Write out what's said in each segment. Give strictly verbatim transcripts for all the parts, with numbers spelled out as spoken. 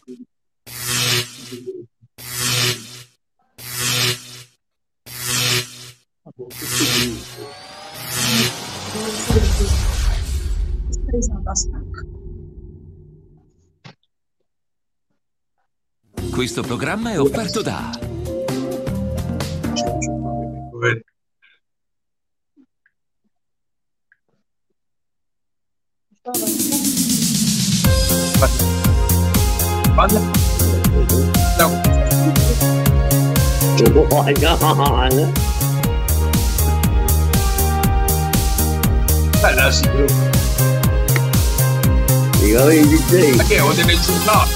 Questo programma è offerto da Oh my God. Bella sicuro. Dico, vedi, sei. Ma che ho delle giornate?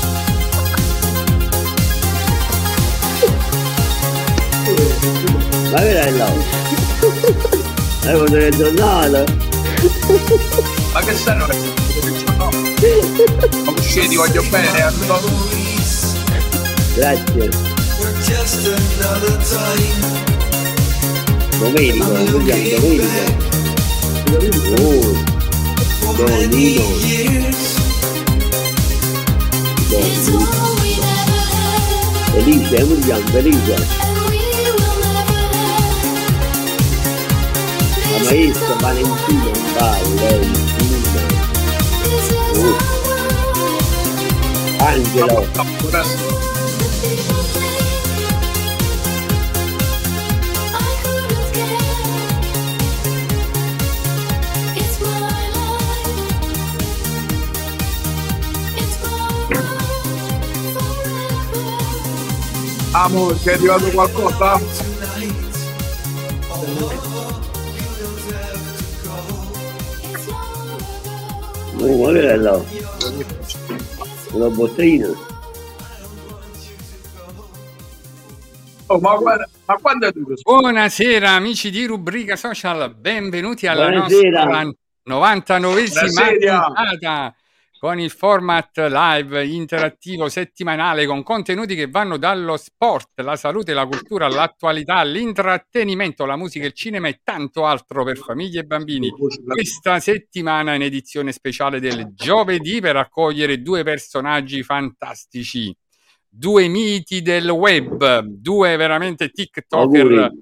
Ma che è là? Avevo delle giornate. Ma che stanno delle giornate? Ma usciti, voglio bene, Antonio. Grazie. Domenico, come si chiama? Domenico. Oh, Donino. Donino. Felice, come si chiama? Felice. La maestra Valentina, vai, Valentina. Oh. Angelo. Amo, ti è arrivato qualcosa? Oh, ma che è là? Una bottina. Oh, ma guarda, ma quando è duro? Buonasera amici di Rubrica Social, benvenuti alla Buonasera. nostra novantanovesima Buonasera. puntata con il format live interattivo settimanale con contenuti che vanno dallo sport, la salute, la cultura, l'attualità, l'intrattenimento, la musica, il cinema e tanto altro per famiglie e bambini. Questa settimana in edizione speciale del giovedì per accogliere due personaggi fantastici, due miti del web, due veramente TikToker Auguri.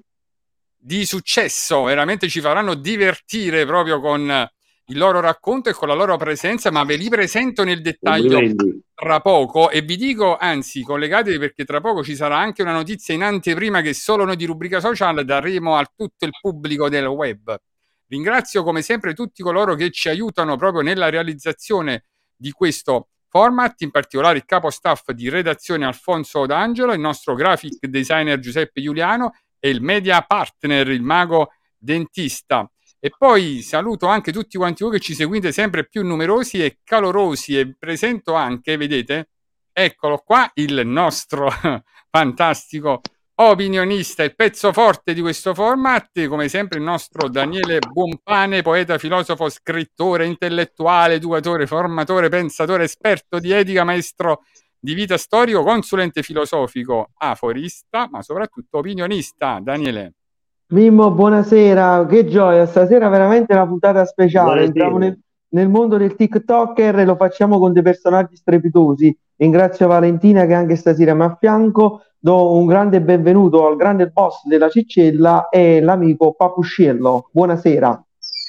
di successo, veramente ci faranno divertire proprio con il loro racconto e con la loro presenza, ma ve li presento nel dettaglio Complimenti. tra poco e vi dico, anzi, collegatevi perché tra poco ci sarà anche una notizia in anteprima che solo noi di Rubrica Social daremo a tutto il pubblico del web. Ringrazio come sempre tutti coloro che ci aiutano proprio nella realizzazione di questo format, in particolare il capo staff di redazione Alfonso D'Angelo, il nostro graphic designer Giuseppe Giuliano e il media partner, il mago dentista. E poi saluto anche tutti quanti voi che ci seguite sempre più numerosi e calorosi e presento anche, vedete, eccolo qua, il nostro fantastico opinionista, il pezzo forte di questo format, come sempre il nostro Daniele Buonpane, poeta, filosofo, scrittore, intellettuale, educatore, formatore, pensatore, esperto di etica, maestro di vita storico, consulente filosofico, aforista, ma soprattutto opinionista. Daniele. Mimmo, buonasera, che gioia, stasera veramente una puntata speciale, Buonasera. entriamo nel, nel mondo del TikToker e lo facciamo con dei personaggi strepitosi. Ringrazio Valentina che anche stasera mi affianco, do un grande benvenuto al grande boss della Ciccella e l'amico Papuscello, buonasera.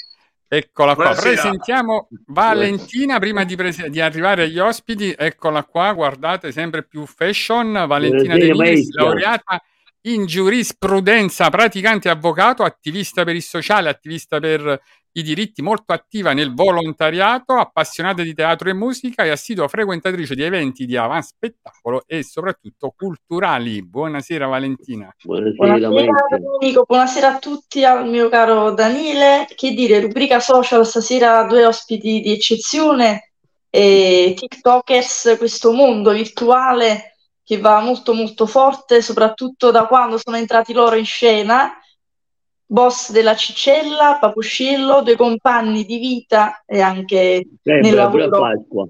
Eccola qua, Buonasera. presentiamo Valentina prima di, prese- di arrivare agli ospiti, eccola qua, guardate, sempre più fashion, Valentina De Buonasera, Nigris, maestra. laureata in giurisprudenza, praticante avvocato, attivista per il sociale, attivista per i diritti, molto attiva nel volontariato, appassionata di teatro e musica e assidua frequentatrice di eventi di avanspettacolo e soprattutto culturali. Buonasera Valentina. Buonasera, Buonasera maestra. Domenico, buonasera a tutti, al mio caro Daniele. Che dire, Rubrica Social, stasera due ospiti di eccezione, e TikTokers, questo mondo virtuale che va molto molto forte, soprattutto da quando sono entrati loro in scena. Boss della Ciccella, Papuscello, due compagni di vita e anche nel Sempre, pure a lavoro. Pasqua.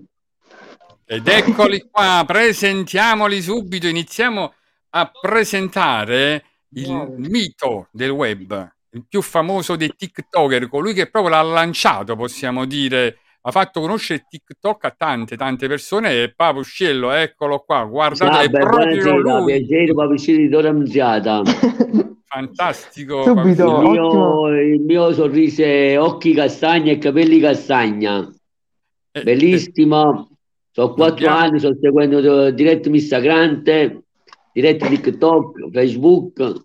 Ed eccoli qua, presentiamoli subito, iniziamo a presentare il mito del web, il più famoso dei TikToker, colui che proprio l'ha lanciato, possiamo dire, ha fatto conoscere TikTok a tante, tante persone e Papuascello, eccolo qua, guardate, è Vabbè, proprio buonasera, lui. piacere, Papuascello di Tora Annunziata. Fantastico. Subito, Papuascello. Il ottimo. mio, il mio sorriso è occhi castagni e capelli castagna. Eh, eh, Bellissimo. Sono quattro dobbiamo- anni, sto seguendo diretto Instagram, diretto TikTok, Facebook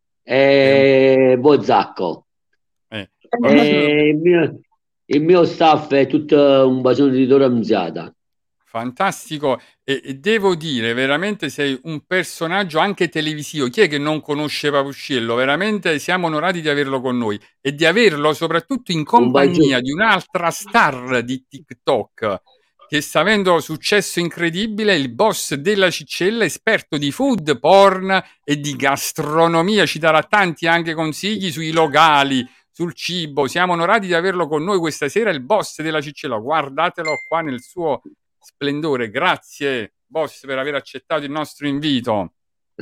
e Bozzacco. eh, E Papuascello, il mio, il mio staff è tutto un basione di Tora Annunziata. fantastico, e, e devo dire, veramente sei un personaggio anche televisivo. Chi è che non conosce Papuascello? Veramente siamo onorati di averlo con noi e di averlo soprattutto in Un compagnia bacio. di un'altra star di TikTok che sta avendo successo incredibile, il boss della Ciccella, esperto di food, porn e di gastronomia. Ci darà tanti anche consigli sui locali, sul cibo. Siamo onorati di averlo con noi questa sera, il boss della Ciccella. Guardatelo qua nel suo splendore. Grazie, boss, per aver accettato il nostro invito.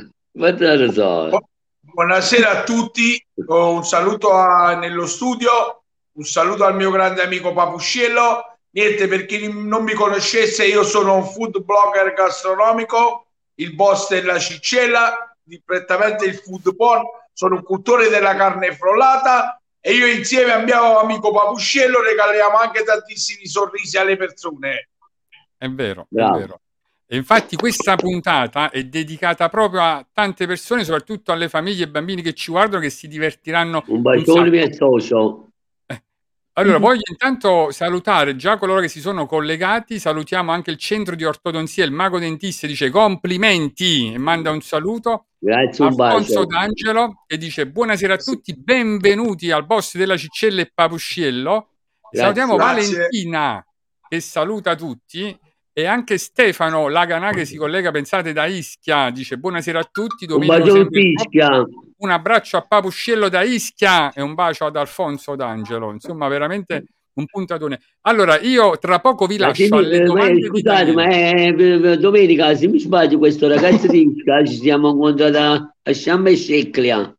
Ma te lo so. Buonasera a tutti, oh, un saluto a- nello studio, un saluto al mio grande amico Papuascello. Niente, per chi non mi conoscesse, io sono un food blogger gastronomico, il boss della Ciccella, di prettamente il food porn, sono un cultore della carne frollata e io insieme al mio amico Papuascello regaliamo anche tantissimi sorrisi alle persone. È vero, Bravo. è vero. E infatti questa puntata è dedicata proprio a tante persone, soprattutto alle famiglie e ai bambini che ci guardano, che si divertiranno Un un bacione sacco. mio socio. Allora, voglio intanto salutare già coloro che si sono collegati. Salutiamo anche il centro di ortodonzia, il mago dentista, dice complimenti e manda un saluto. Grazie, un Alfonso bacio. D'Angelo che dice buonasera a tutti, benvenuti al boss della Ciccella e Papuascello. Salutiamo Grazie. Grazie. Valentina che saluta tutti e anche Stefano Laganà che si collega, pensate, da Ischia, dice buonasera a tutti, Un Domenico bacione sempre il top. Ischia. Un abbraccio a Papuascello da Ischia e un bacio ad Alfonso D'Angelo. Insomma, veramente un puntatone. Allora, io tra poco vi Ma lascio se mi- alle eh, domande di scusate, ma Daniele. è, eh, domenica, se mi sbaglio, questo ragazzo di Ischia ci siamo incontrati a, a Sciamma e Sceclia.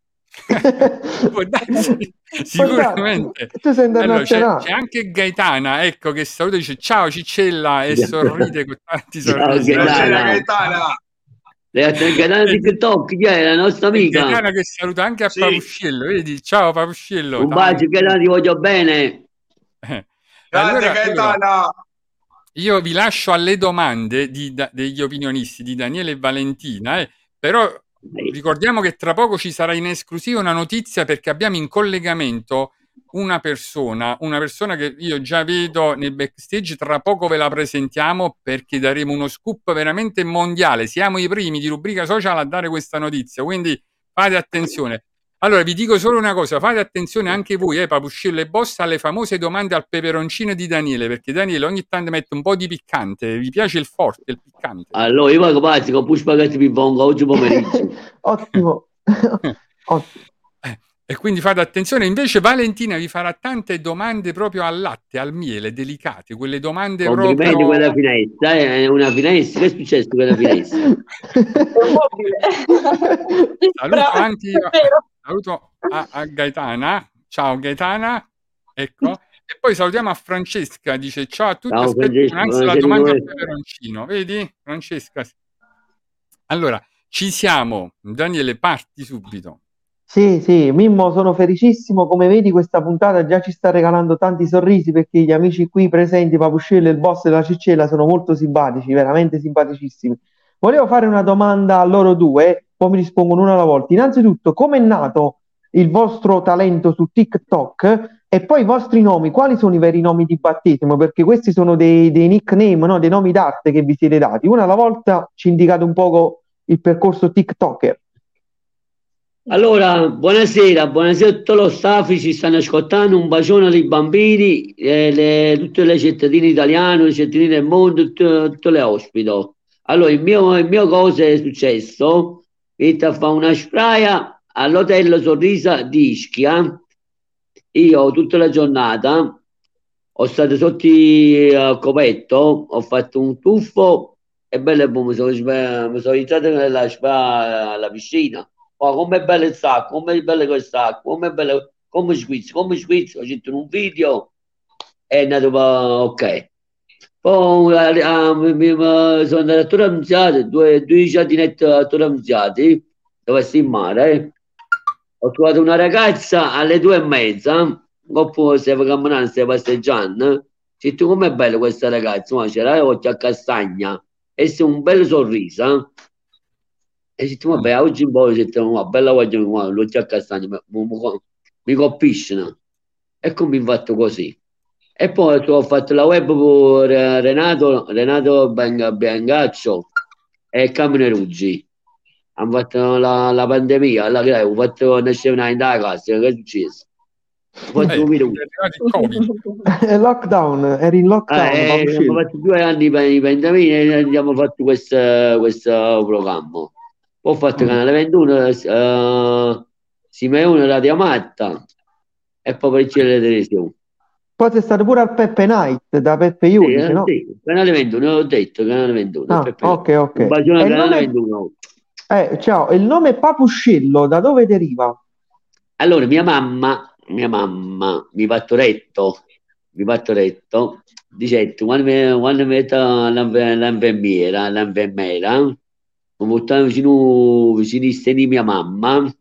Può darsi, Può darsi. sicuramente. Tu sei Allora, c'è, internazionale. c'è anche Gaetana, ecco, che saluta, dice ciao Ciccella e sorride con tanti Ciao, sorrisi. Gaetana. Buonasera Gaetana. Il canale di TikTok, chi è? La nostra E amica. Gaetana che saluta anche a Sì. Papuascello, vedi? Ciao Papuascello. Un bacio, tanti- Gaetana, ti voglio bene. Eh. Grande Allora, allora, Gaetana. io vi lascio alle domande di- da- degli opinionisti di Daniele e Valentina, eh, però ricordiamo che tra poco ci sarà in esclusiva una notizia perché abbiamo in collegamento una persona, una persona che io già vedo nel backstage, tra poco ve la presentiamo perché daremo uno scoop veramente mondiale. Siamo i primi di Rubrica Social a dare questa notizia, quindi fate attenzione. Allora, vi dico solo una cosa, fate attenzione anche voi, eh, Papuascello e Boss, alle famose domande al peperoncino di Daniele, perché Daniele ogni tanto mette un po' di piccante, vi piace il forte, il piccante? Allora, io vado pazzi con più spaghetti ping-pong oggi pomeriggio. Ottimo. Ottimo. Eh, e quindi fate attenzione, invece Valentina vi farà tante domande proprio al latte, al miele, delicate, quelle domande Complimenti proprio... quella finestra, eh, è una finestra. Che è successo con quella finestra? È un mobile. Saluto Bravo, anche io, è vero. saluto a, a Gaetana, ciao Gaetana, ecco, e poi salutiamo a Francesca, dice ciao a tutti, Ciao, aspetto Francesca, con ansia la buonasera, domanda al dove- peperoncino, vedi Francesca? Allora, ci siamo, Daniele parti subito. Sì, sì, Mimmo, sono felicissimo. Come vedi, questa puntata già ci sta regalando tanti sorrisi perché gli amici qui presenti, Papuascello e il boss della Ciccella, sono molto simpatici, veramente simpaticissimi. Volevo fare una domanda a loro due, poi mi rispondono una alla volta. Innanzitutto, come è nato il vostro talento su TikTok e poi i vostri nomi? Quali sono i veri nomi di battesimo? Perché questi sono dei, dei nickname, no? Dei nomi d'arte che vi siete dati. Una alla volta ci indicate un poco il percorso TikToker. Allora, buonasera, buonasera a tutto lo staff, ci stanno ascoltando, un bacione ai bambini, eh, le- tutte le cittadine italiane, le cittadine del mondo, tutte, tutte le ospito. Allora, il mio, il mio cosa è successo? Vito a fare una spraia all'hotel Sorrisa di Ischia. Io tutta la giornata ho stato sotto il coperto, ho fatto un tuffo e bello e buono, mi sono, sba- mi sono entrato nella spa alla piscina. Oh, com'è bello il sacco, com'è bello quest'acqua, com'è bello, come squizzo, come squizzo, ho fatto un video è nato pa- ok. Poi ah, ah, mi- mi- mi- sono andato a Torre Annunziata, due, due giardinetti a Torre Annunziata, dove sta in mare. eh. Ho trovato una ragazza alle due e mezza, dopo stavo camminando, stavo passeggiando. Ho detto, com'è bella questa ragazza, ma c'era le occhi a castagna e se un bel sorriso. eh. E ho detto, vabbè, oggi un po' ho detto, "Ma bella voglio, ma l'occhio a castagna, mi, mi, mi colpiscono. E come mi fatto così. E poi ho fatto la web con eh, Renato, Renato Bang- Biancaccio e Camine Ruggi. Hanno fatto la, la pandemia, la greve, ho fatto nascere da casa, che è successo? Ho fatto Eh, un è minuto. arrivato il Covid. Lockdown, eri in Ah, lockdown, eh, abbiamo Papuscello. fatto due anni per i pandemia e abbiamo fatto questo, questo programma. Poi ho fatto Mm. Canale ventuno, eh, Simeone Radio Matta e poi per il cielo delle televisioni. Poi sei stato pure al Peppe Night da Peppe Sì, Iudice, eh, no? sì, Canale ventuno, l'ho detto, Canale ventuno. Ah, Peppe. ok, ok. Un bacione E a il Canale nome, ventuno. eh, ciao, il nome Papuscello da dove deriva? Allora, mia mamma, mia mamma, mi partoretto, mi partoretto, dicetto, quando mi, quando mi metta l'infer- l'infermiera, l'infermiera, mi buttava vicino, vicino ai seni di mia mamma,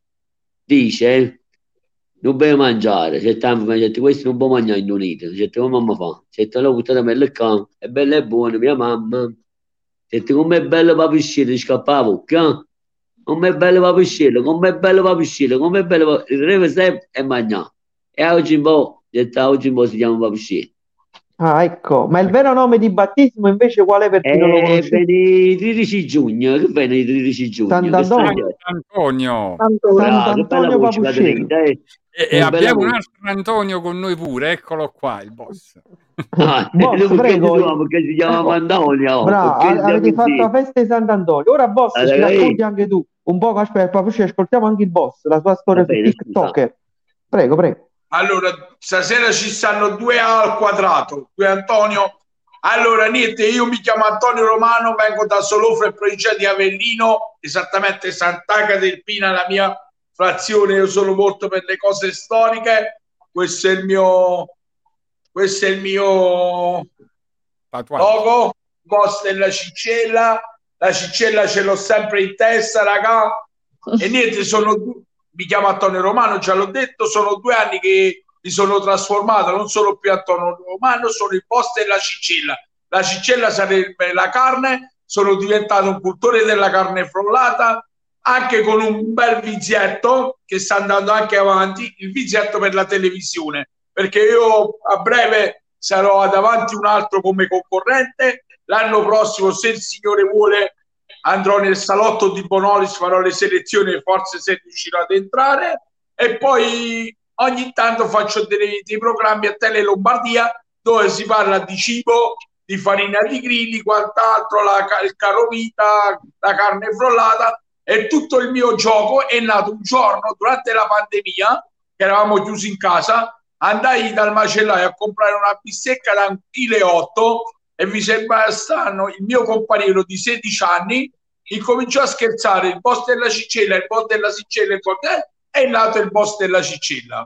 dice, non puoi mangiare, se detto, questo non può mangiare in unito, detto, come mamma fa? Detto, l'ho buttata per il can, è bella e buona, mia mamma, detto, com'è bello papuscello, scappa la bocca, eh? Com'è bello papuscello, com'è bello papuscello, com'è bello papuscello, il re sempre e mangiare. E oggi un po', detto, oggi un po' si chiama papuscello. Ah, ecco, ma il vero nome di battesimo invece qual è per chi non lo E conosce? venne il tredici giugno, che venne il tredici giugno? Che sta Sant'Antonio. Antonio. Ah, che bella Sant'Antonio voce la Papuscello. tenete, eh? E, e Che bella abbiamo un voce. altro Antonio con noi pure, eccolo qua, il boss. Ah, Boss, non perché si prego. chiama, perché si chiama Antonio, Bravo, perché a- avete siamo fatto la così. festa di Sant'Antonio. Ora, boss, Allora, ci eh, racconti anche tu un po', aspetta, Papuscello, ascoltiamo anche il boss, la sua va storia su bene, scusa. TikTok. Prego, prego. Allora, stasera ci stanno due A al quadrato, due Antonio. Allora, niente, io mi chiamo Antonio Romano, vengo da Solofra, provincia di Avellino, esattamente Sant'Agata del Pina, la mia frazione. Io sono molto per le cose storiche. Questo è il mio, questo è il mio Tatuaggio. logo, boss della Ciccella. La Ciccella ce l'ho sempre in testa, raga. E niente, sono du- mi chiamo Antonio Romano, già l'ho detto, sono due anni che mi sono trasformato, non sono più Antonio Romano, sono il boss della Ciccella. La Ciccella sarebbe la carne, sono diventato un cultore della carne frollata, anche con un bel vizietto che sta andando anche avanti, il vizietto per la televisione, perché io a breve sarò davanti un altro come concorrente. L'anno prossimo, se il Signore vuole, andrò nel salotto di Bonolis, farò le selezioni e forse se riuscirò ad entrare. E poi ogni tanto faccio dei, dei programmi a Tele Lombardia dove si parla di cibo, di farina di grilli, quant'altro, la, il carovita, la carne frollata. E tutto il mio gioco è nato un giorno durante la pandemia, che eravamo chiusi in casa. Andai dal macellaio a comprare una bistecca da un chilo e otto e vi sembra strano, il mio compagno di sedici anni incominciò a scherzare, il boss della Ciccella, il boss della Ciccella, il boss del... è nato il boss della Ciccella.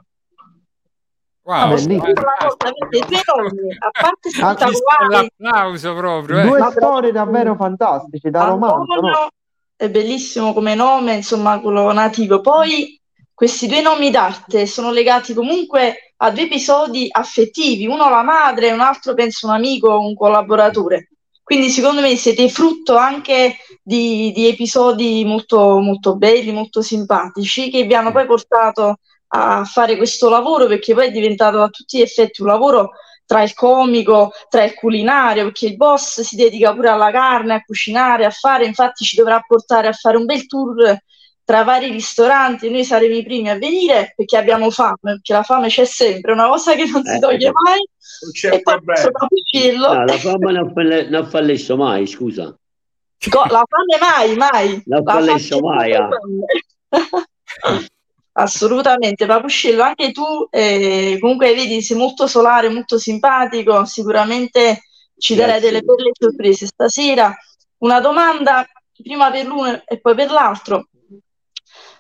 Wow, Posso bellissimo. dire una cosa? Avete due nomi, a parte Ha visto spettacolari, l'applauso proprio, eh. Due ma storie davvero fantastiche, da romanzo, no? Antonio è bellissimo come nome, insomma, quello nativo. Poi questi due nomi d'arte sono legati comunque a due episodi affettivi, uno la madre, un altro penso un amico, un collaboratore. Quindi secondo me siete frutto anche di, di episodi molto, molto belli, molto simpatici, che vi hanno poi portato a fare questo lavoro, perché poi è diventato a tutti gli effetti un lavoro tra il comico, tra il culinario, perché il boss si dedica pure alla carne, a cucinare, a fare, infatti ci dovrà portare a fare un bel tour tra vari ristoranti. Noi saremo i primi a venire perché abbiamo fame, perché la fame c'è sempre, è una cosa che non si Eh, toglie mai. Non c'è E poi problema. questo Papuscello, No, la fama non, falle, non fallisce mai, scusa. co- la fame mai, mai. Non La fame fallisce mai. c'è ah. sempre. Assolutamente, Papuscello, anche tu eh, comunque vedi, sei molto solare, molto simpatico, sicuramente ci darai Grazie. delle belle sorprese stasera. Una domanda prima per l'uno e poi per l'altro.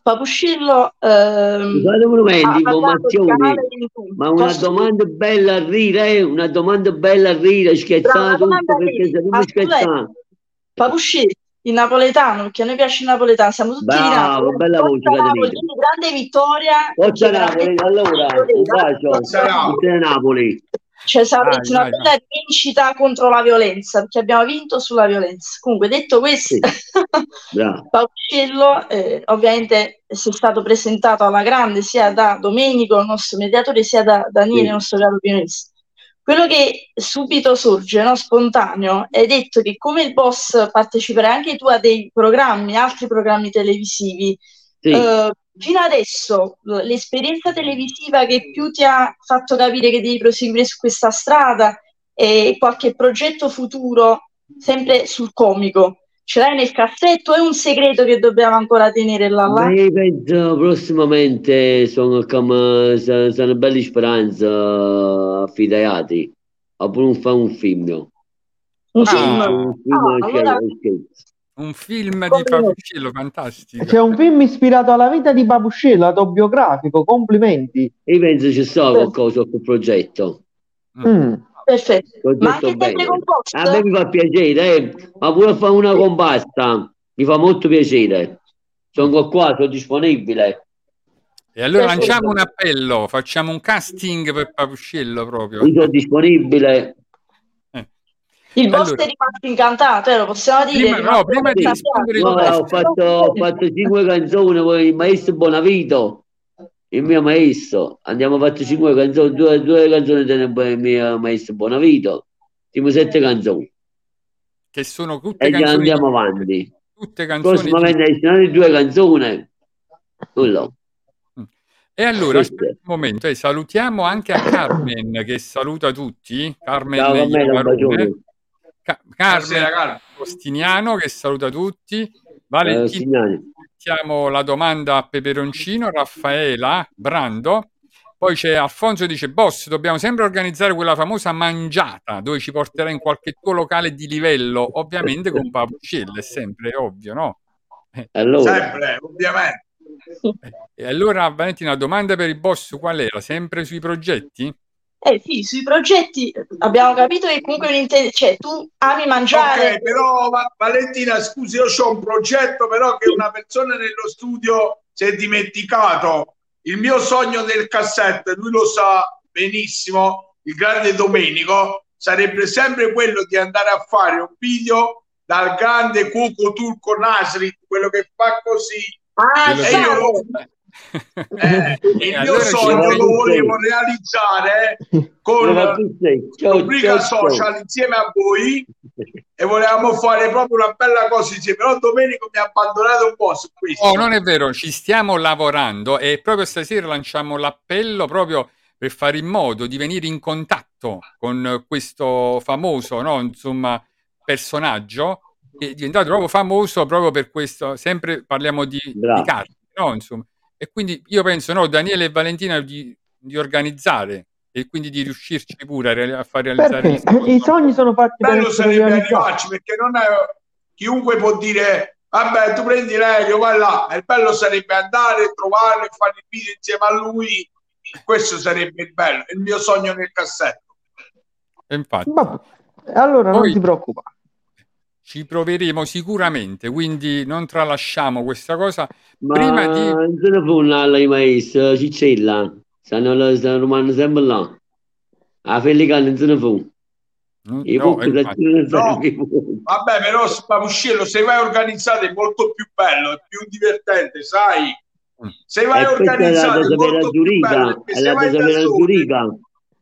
Papuscello ehm, Scusate un momento, ha parlato di informazioni, canale di YouTube. ma una Posso- domanda bella a ridere, eh? Una domanda bella a ridere, Brava, scherzare una domanda tutto, perché vera. se non mi Assolutamente. scherzare. Papuscello, il napoletano, perché a noi piace il napoletano, siamo tutti di Bravo, Napoli. bella voce, Forza Napoli, Caterina. quindi grande vittoria. Forza perché Napoli, veramente allora, un bacio, Forza Napoli. tutte le Napoli. c'è stata Vai, una vai, bella vincita contro la violenza, perché abbiamo vinto sulla violenza. Comunque, detto questo, Sì. Bravo. Pauscello eh, ovviamente si è stato presentato alla grande sia da Domenico, il nostro mediatore, sia da Daniele, Sì. il nostro caro opinionista. Quello che subito sorge, no, spontaneo, è detto che come il boss parteciperai anche tu a dei programmi, altri programmi televisivi. Sì. eh, fino adesso l- l'esperienza televisiva che più ti ha fatto capire che devi proseguire su questa strada e qualche progetto futuro sempre sul comico, ce l'hai nel cassetto? È un segreto che dobbiamo ancora tenere là là? Ma io penso prossimamente sono come sa- sono belle speranze affidati a pure un, fare un film. Un Ah, film? Un film Ah, c'è allora scherzo. un film di Complimenti. Papuscello, fantastico. C'è un film ispirato alla vita di Papuscello, autobiografico, complimenti. Io penso ci sta qualcosa sul progetto. Mm. perfetto. Ma Progetto anche sempre bene. con post? A me mi fa piacere, eh. Ma pure fare una compasta mi fa molto piacere. Sono qua, sono disponibile. E allora Perfetto. lanciamo un appello, facciamo un casting per Papuscello proprio. Io sono disponibile. Eh. Il boss Allora, è rimasto incantato, eh, lo possiamo dire? prima, è no, rimasto prima di Sì. rispondere il No, ho boss, fatto, ho fatto cinque canzoni con il maestro Bonavito, il mio maestro. Abbiamo fatto cinque canzoni, due, due canzoni del mio maestro Bonavito. Siamo sette canzoni. che sono tutte E già canzoni andiamo tue, avanti. tutte canzoni tue. Prossimamente esceranno due canzoni. Nulla. E allora, Sì, aspetta sì. un momento, eh, salutiamo anche a Carmen che saluta tutti, Carmen Ciao Carmela, un Iavarone, bacione. Ca- Buonasera, Carmen Carmen. Costiniano che saluta tutti, Ciao Valentina, signori. mettiamo la domanda a Peperoncino, Raffaela, Brando, poi c'è Alfonso dice, boss, dobbiamo sempre organizzare quella famosa mangiata dove ci porterà in qualche tuo locale di livello, ovviamente con Papuscello, è sempre ovvio, no? Eh, Allora, Sempre, ovviamente. E allora, Valentina, domanda per il boss qual era? Sempre sui progetti? Eh sì, sui progetti abbiamo capito che comunque un inte- cioè, tu ami mangiare. Ok, però Va- Valentina, scusi, io ho un progetto però che una persona nello studio si è dimenticato. Il mio sogno nel cassetto, e lui lo sa benissimo, il grande Domenico, sarebbe sempre quello di andare a fare un video dal grande cuoco turco Nasri, quello che fa così. Ah, Quello E che- io lo- eh, E il allora mio ci sogno vorrei- lo volevo realizzare con ciao, rubrica ciao, ciao. social insieme a voi e volevamo fare proprio una bella cosa insieme, però Domenico mi ha abbandonato un po' su questo. Oh, non è vero, ci stiamo lavorando e proprio stasera lanciamo l'appello proprio per fare in modo di venire in contatto con questo famoso, no, insomma, personaggio che è diventato proprio famoso proprio per questo, sempre parliamo di, di Bravo. carte, no, insomma. E quindi io penso, no, Daniele e Valentina di, di organizzare e quindi di riuscirci pure a, reali- a far realizzare Perché il sogno. i sogni sono fatti per Bello essere sarebbe realizzati. arrivarci, perché non è chiunque può dire vabbè, tu prendi l'aereo, vai là. E il bello sarebbe andare, trovarlo e fare il video insieme a lui. Questo sarebbe il bello, il mio sogno nel cassetto. E infatti, Vabbè, allora non Poi- ti preoccupare. ci proveremo sicuramente, quindi non tralasciamo questa cosa. Ma Prima di... non se ne può alla di maestro, Ciccella. Stanno, stanno rimanendo sempre là. A Pellicano non se ne può. I No, buchi infatti. non se ne No. può. Vabbè, però Papuscello, se vai organizzato è molto più bello, è più divertente, sai? Se vai E questa è la organizzato è sapere molto la più giurica, bello, perché è se la vai da sapere la solo, giurica.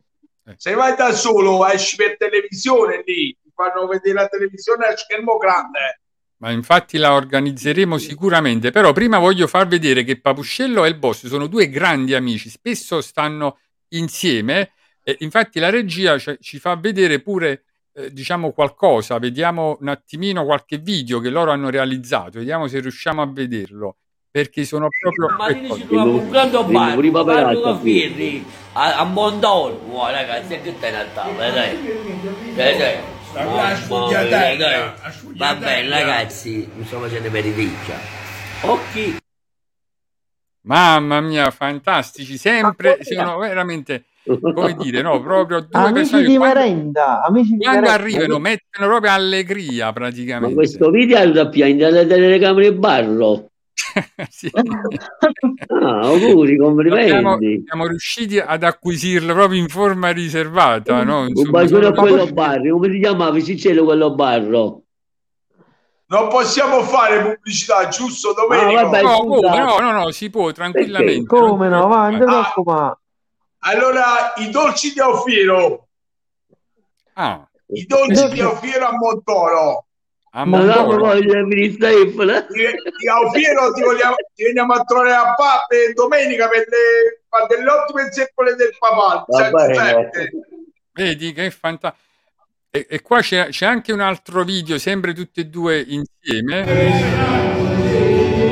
se vai da solo esci per televisione lì, ti fanno vedere la televisione a schermo grande. Ma infatti la organizzeremo sicuramente, però prima voglio far vedere che Papuscello e il boss sono due grandi amici, spesso stanno insieme e infatti la regia ci, ci fa vedere pure eh, diciamo qualcosa, vediamo un attimino qualche video che loro hanno realizzato, vediamo se riusciamo a vederlo, perché sono proprio... Marino ci ecco, troviamo un grande Dimmi, bar, pure i un paparazzi bar qui. Ferri a, a Mondolo. Oh, ragazzi, che te ne tavola, dai. Dai, dai. La sfogliatella, dai. la sfogliatella. Va bene, ragazzi, mi sto facendo per i riccia. Ok. Mamma mia, fantastici, sempre sono veramente, come dire, no, proprio due Amici persone di che quando, merenda, amici di quando merenda. arrivano mettono proprio allegria Ma praticamente. questo video è da piangere dalle telecamere Barro. Sì. Ah, auguri, Abbiamo, complimenti. siamo riusciti ad acquisirlo proprio in forma riservata, no? Un Insomma, bacione solo a quello noi- Barri, come si chiamava? Cicello quello Barro. Non possiamo fare pubblicità, giusto Ah, Domenico? vabbè, No, scusa. come? No, no, no, si può tranquillamente. Perché? non Come ti no, va, non ti preoccupare. preoccupare. Allora, i dolci di Alfiero, Ah, i dolci Dolci- di Alfiero a Montoro. a Non avevo Mondoro. voglia di ministra. Di, di Alfiero ti, vogliamo, ti veniamo a trovare a pa- per domenica per le, fa delle ottime zeppole del papà. Va bene. Giuseppe. Vedi che fantastico. E, e qua c'è, c'è anche un altro video, sempre tutti e due insieme.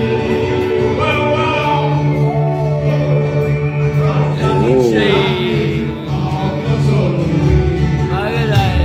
Ma che dai?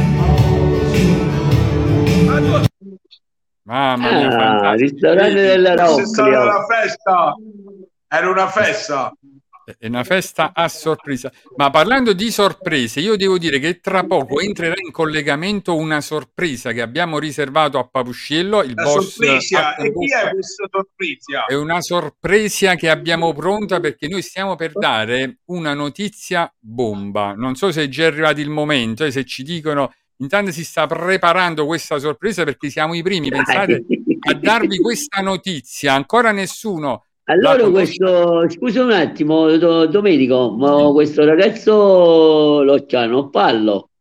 Mamma mia, Ah, fantastico. ristorante Vedi? della C'è stata Rocklio. una festa, era una festa. È una festa a sorpresa. Ma parlando di sorprese, io devo dire che tra poco entrerà in collegamento una sorpresa che abbiamo riservato a Papusciello, il La boss sorpresa, H e chi V. è questa sorpresa? È una sorpresa che abbiamo pronta perché noi stiamo per dare una notizia bomba. Non so se è già arrivato il momento e se ci dicono intanto si sta preparando questa sorpresa perché siamo i primi, pensate, a darvi questa notizia. Ancora nessuno la Allora conosce. questo, scusa un attimo, Do- Domenico, ma questo ragazzo lo c'hanno pallo.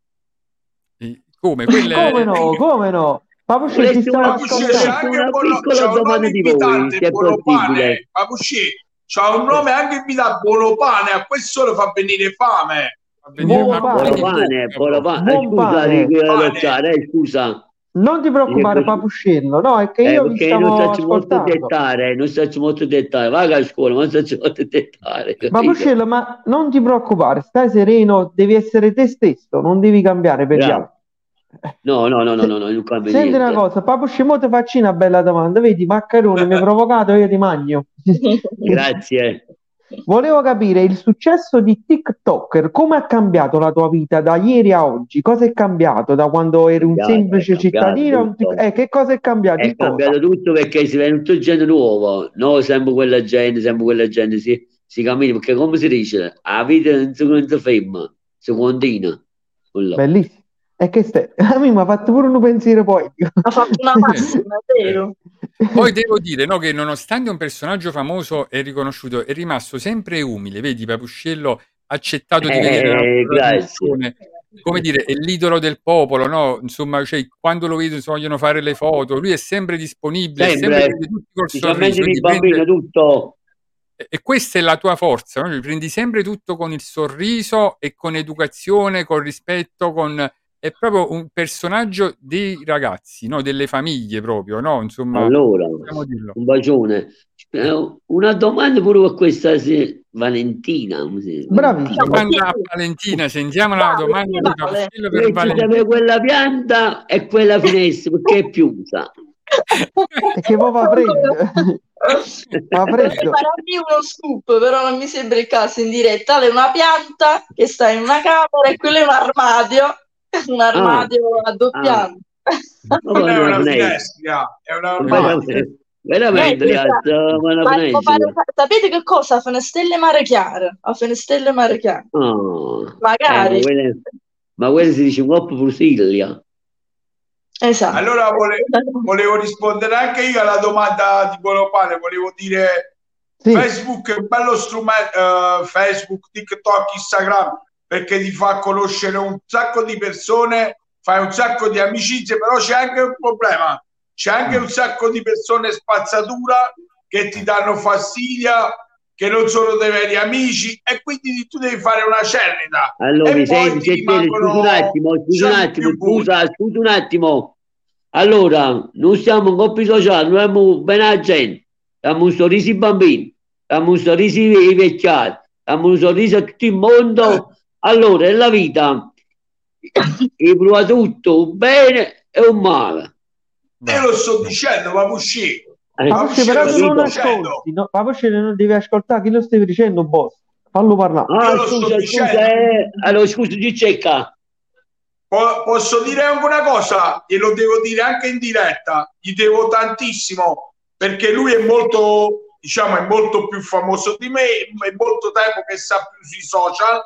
Come? Quelle... Come no, come no? Papusci ti Vorresti stava una, Papusci, c'è vorresti ascoltando. anche una Bono- piccola c'è un domanda nome di voi, invitante, se è Bonopane. possibile. Papusci, c'ha un nome anche invitato, Bonopane, a questo lo fa venire fame. Va a venire Buon una pane. Buono bocca pane, buono proprio. pane. Eh, Buon scusa, pane. di Pane. Rocciare, eh, scusa. Non ti preoccupare, Dico- Papuscello, no, è che Eh, io vi perché non stavo faccio molto ascoltando. dettare, non faccio molto dettare. Vaga a scuola, ma non faccio molto dettare. capito? Papuscello, ma non ti preoccupare, stai sereno, devi essere te stesso, non devi cambiare per gli Bravo. altri. No, no, no, no, no, no, non cambia Senti niente. una cosa, Papuscello, mo ti faccio una bella domanda, vedi, Maccarone mi ha provocato, io ti magno. Grazie. Volevo capire il successo di TikToker, come ha cambiato la tua vita da ieri a oggi? Cosa è cambiato da quando eri un Cambiato, semplice è cambiato cittadino? a un tutto. tic- eh, che cosa è cambiato? È In cosa? cambiato tutto perché si vede tutto gente nuovo, no? Sempre quella gente, sempre quella gente, si, si cammina, perché come si dice, la vita non si, non si ferma, si continua. Quello. Bellissimo. E che stai? A me mi ha fatto pure un pensiero poetico. Ha fatto una massima, è vero. Poi devo dire no, che nonostante un personaggio famoso e riconosciuto, è rimasto sempre umile. Vedi, Papuscello ha accettato di Eh, vedere la grazie. trasmissione. Come dire, è l'idolo del popolo, no? Insomma, cioè, quando lo vedono, si vogliono fare le foto, lui è sempre disponibile, è sempre Sempre, prende tutti col specialmente sorriso. di quindi prende- bambino, tutto. E e questa è la tua forza, no? Prendi sempre tutto con il sorriso e con educazione, con rispetto, con... È proprio un personaggio dei ragazzi, no? Delle famiglie proprio, no? Insomma, Allora, possiamo dirlo. un bacione. Eh, Una domanda pure per questa sì, Valentina. come si- Bravissimo. Domanda a Valentina, sentiamo la Vale, domanda di vale. Papuscello per Invece Valentina. c'è quella pianta e quella finestra perché è chiusa. Che poi fa freddo. Fa Vorrei freddo. farmi uno scoop, però non mi sembra il caso in diretta. Tale è una pianta che sta in una camera e quello è un armadio, un armadio a doppia Ah. ante. Ma Non poi è una finestra. finestra, è una Veramente, veramente, Beh, ragazzi, ma una Ma- finestra. fare- sapete che cosa? A Fenestelle Mare Chiara. A Fenestelle Mare Chiara. Oh. Magari. Eh, ma, quella, ma quella si dice un po' Fusilia. Esatto. Allora vole- volevo rispondere anche io alla domanda di Bonopane, volevo dire Sì. Facebook è un bello strumento, eh, Facebook, TikTok, Instagram, perché ti fa conoscere un sacco di persone, fai un sacco di amicizie, però c'è anche un problema, c'è anche un sacco di persone spazzatura che ti danno fastidio, che non sono dei veri amici e quindi tu devi fare una cernita. Allora, E mi poi senti, ti senti, scusa rimangono un attimo, scusa un sempre attimo, più buoni. scusa, scusa un attimo. Allora, non siamo in coppia sociale, noi abbiamo bene la gente, abbiamo un sorriso ai bambini, abbiamo un sorriso ai vecchiati, abbiamo un sorriso a tutto il mondo. Allora, nella vita, si prova tutto, un bene e un male. Io lo sto dicendo, ma uscì. Papucci, però tu non dicendo. ascolti, no? Papucci, non devi ascoltare chi lo stavi dicendo, boss. Fallo parlare. Ah, Io lo sto scusa, dicendo. scusa, eh. Allora, scusa, di cecca. Po- posso dire anche una cosa, e lo devo dire anche in diretta, gli devo tantissimo, perché lui è molto, diciamo, è molto più famoso di me, è molto tempo che sta più sui social.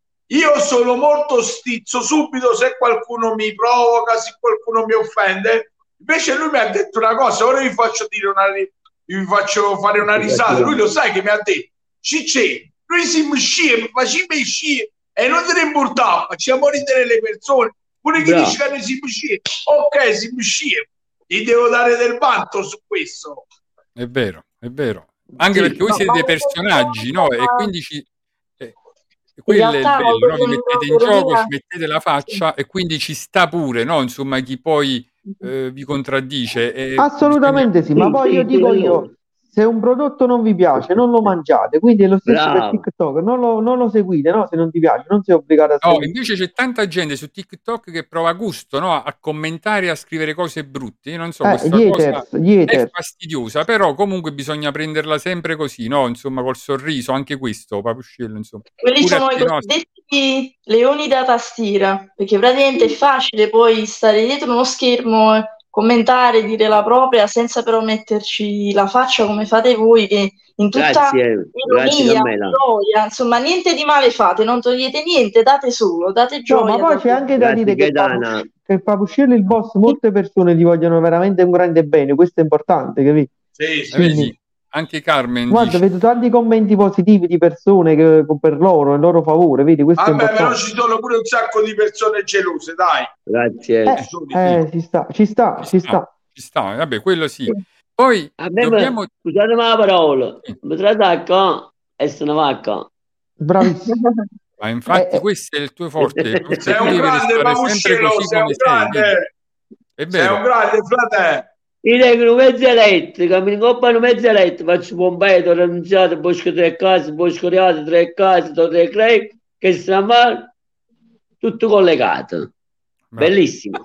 Io sono molto stizzo subito se qualcuno mi provoca, se qualcuno mi offende. Invece lui mi ha detto una cosa, ora vi faccio dire una, vi faccio fare una risata. Lui lo sai che mi ha detto, Cicce, noi siamo scie, mi facciamo scie e non te ne importava, facciamo ridere le persone. Pure chi Bravo. dice che noi siamo scie, ok, siamo scie, gli devo dare del vanto su questo. È vero, è vero. Anche Sì. perché voi No, siete ma dei personaggi, no? E quindi ci... eh, quello è il realtà non bello, no? Vi voglio mettete in proprio gioco, ci rovinare. mettete la faccia e quindi ci sta pure, no? Insomma, chi poi eh, vi contraddice. E bisogna... Assolutamente sì, ma Sì, poi sì, io sì, dico allora. io, se un prodotto non vi piace, non lo mangiate, quindi è lo stesso per Bravo. TikTok, non lo, non lo seguite, no? Se non ti piace, non sei obbligato a No, seguire. invece c'è tanta gente su TikTok che prova gusto, no? A commentare e a scrivere cose brutte. Io non so, Eh, questa gli cosa haters, gli è haters. fastidiosa, però comunque bisogna prenderla sempre così, no? Insomma, col sorriso, anche questo, Papucciello, insomma. Quelli Pure a sono i te, no? cosiddetti leoni da tastiera, perché praticamente è facile poi stare dietro uno schermo, commentare, dire la propria, senza però metterci la faccia come fate voi, che in tutta Grazie, grazie ironia, Carmela. gioia, insomma, niente di male fate, non togliete niente, date solo, date No, ma gioia. poi date- c'è anche da Grazie dire che Gaetana. Papucci- che Papucciello il boss, molte persone gli vogliono veramente un grande bene, questo è importante, capito? Sì, sì. Eh, vedi, Quindi, anche Carmen guarda, dice, vedo tanti commenti positivi di persone che, per loro, in loro favore, vedi, questo è Vabbè, però importante. ci sono pure un sacco di persone gelose, dai. Grazie. Eh, Ci sono. eh, ci sta, ci sta, ci ci sta, sta. ci sta, vabbè, quello sì. Poi A me, dobbiamo... me- scusatemi la parola, Sì. mi tratta essere una vacca. Bravissimo. Ma infatti Eh, eh. questo è il tuo forte, Papucciello, Sei tu un devi grande restare sempre Papucciello, così sei un come sei, vedi? grande. È Sei un vero. grande fratello. Io tengo una mezza elettrica, mi incoppano mezza elettrica, faccio pompeto, renunciato, bosco tre case, bosco reato, tre case, torre clay, che sta male, tutto collegato. Bravo. Bellissimo.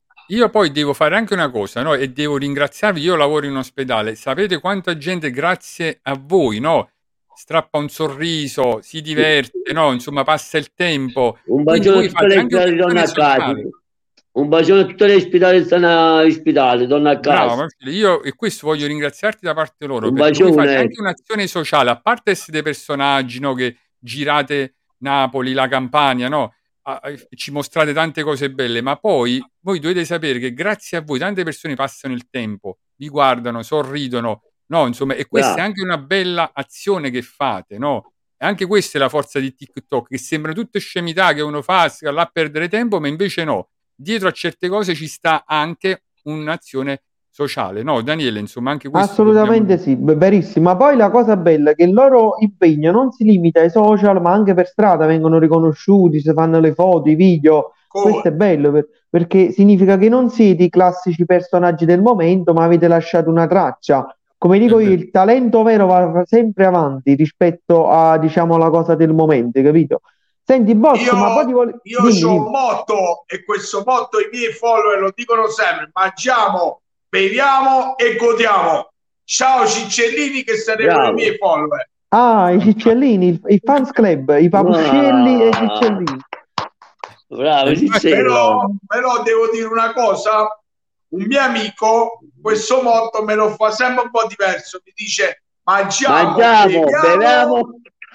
Io poi devo fare anche una cosa, no? E devo ringraziarvi, io lavoro in ospedale, sapete quanta gente grazie a voi, no? Strappa un sorriso, si diverte, no? Insomma, passa il tempo. Un Quindi bacione a voi tutte fate le anche ospedali, torna un'azione a casa. sociale. Un bacione a tutte le ospedali che stanno in ospedale, torna a Bravo, casa. Marcello, io e questo voglio ringraziarti da parte loro, Un perché voi fate bacione. anche un'azione sociale, a parte essere dei personaggi, no? Che girate Napoli, la Campania, no? A- a- ci mostrate tante cose belle, ma poi voi dovete sapere che grazie a voi tante persone passano il tempo, vi guardano, sorridono, no? Insomma, e questa è Bravo. anche una bella azione che fate, no? E anche questa è la forza di TikTok, che sembra tutte scemità che uno fa, si va là a perdere tempo, ma invece no. Dietro a certe cose ci sta anche un'azione sociale, no? Daniele, insomma, anche questo Assolutamente dobbiamo... sì, b- verissimo. Ma poi la cosa bella è che il loro impegno non si limita ai social, ma anche per strada vengono riconosciuti, si fanno le foto, i video. Come? Questo è bello per- perché significa che non siete i classici personaggi del momento, ma avete lasciato una traccia. Come dico È io, vero. il talento vero va sempre avanti rispetto a, diciamo, la cosa del momento, capito? Senti, boss, Io, ma poi ti volevo... io Dimmi, ho dimmi. un motto e questo motto i miei follower lo dicono sempre: mangiamo, beviamo e godiamo. Ciao Ciccellini, che sarebbero Bravo. i miei follower. Ah, i Cicciellini, il, il fans club, i Papuccielli e i Cicciellini. Bravo, E infatti- Ciccello. Però, però devo dire una cosa, un mio amico questo motto me lo fa sempre un po' diverso, mi dice mangiamo, Mangiamo, beviamo, beviamo.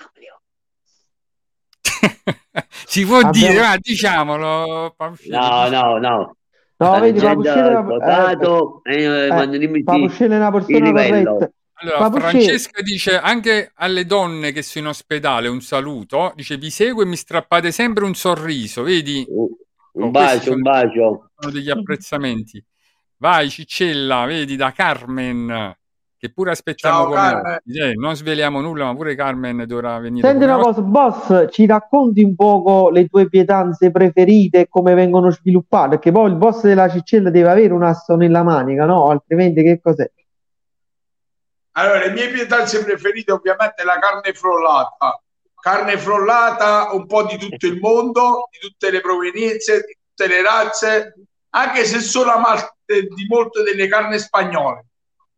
si può Abbiamo- dire, ma diciamolo, Papucciello, No, diciamo. no, no. No, Sta vedi, dicendo Papuccielli è una, sposato, eh, eh, quando eh, dimmi Papuccielli è una il persona livello. corretta. Allora, Papuccielli, Francesca dice anche alle donne che sono in ospedale un saluto, dice vi seguo e mi strappate sempre un sorriso, vedi? Un Oh, un questi bacio, un sono, bacio. sono degli apprezzamenti. Vai Ciccella, vedi, da Carmen, che pure aspettiamo Ciao, come Carmen. ospite. Eh, non sveliamo nulla, ma pure Carmen dovrà venire senti come una ospite. cosa, boss, ci racconti un poco le tue pietanze preferite e come vengono sviluppate? Perché poi il boss della Ciccella deve avere un asso nella manica, no? Altrimenti che cos'è? Allora, le mie pietanze preferite ovviamente è la carne frollata. Carne frollata, un po' di tutto il mondo, di tutte le provenienze, di tutte le razze, anche se sono amante di molte delle carni spagnole.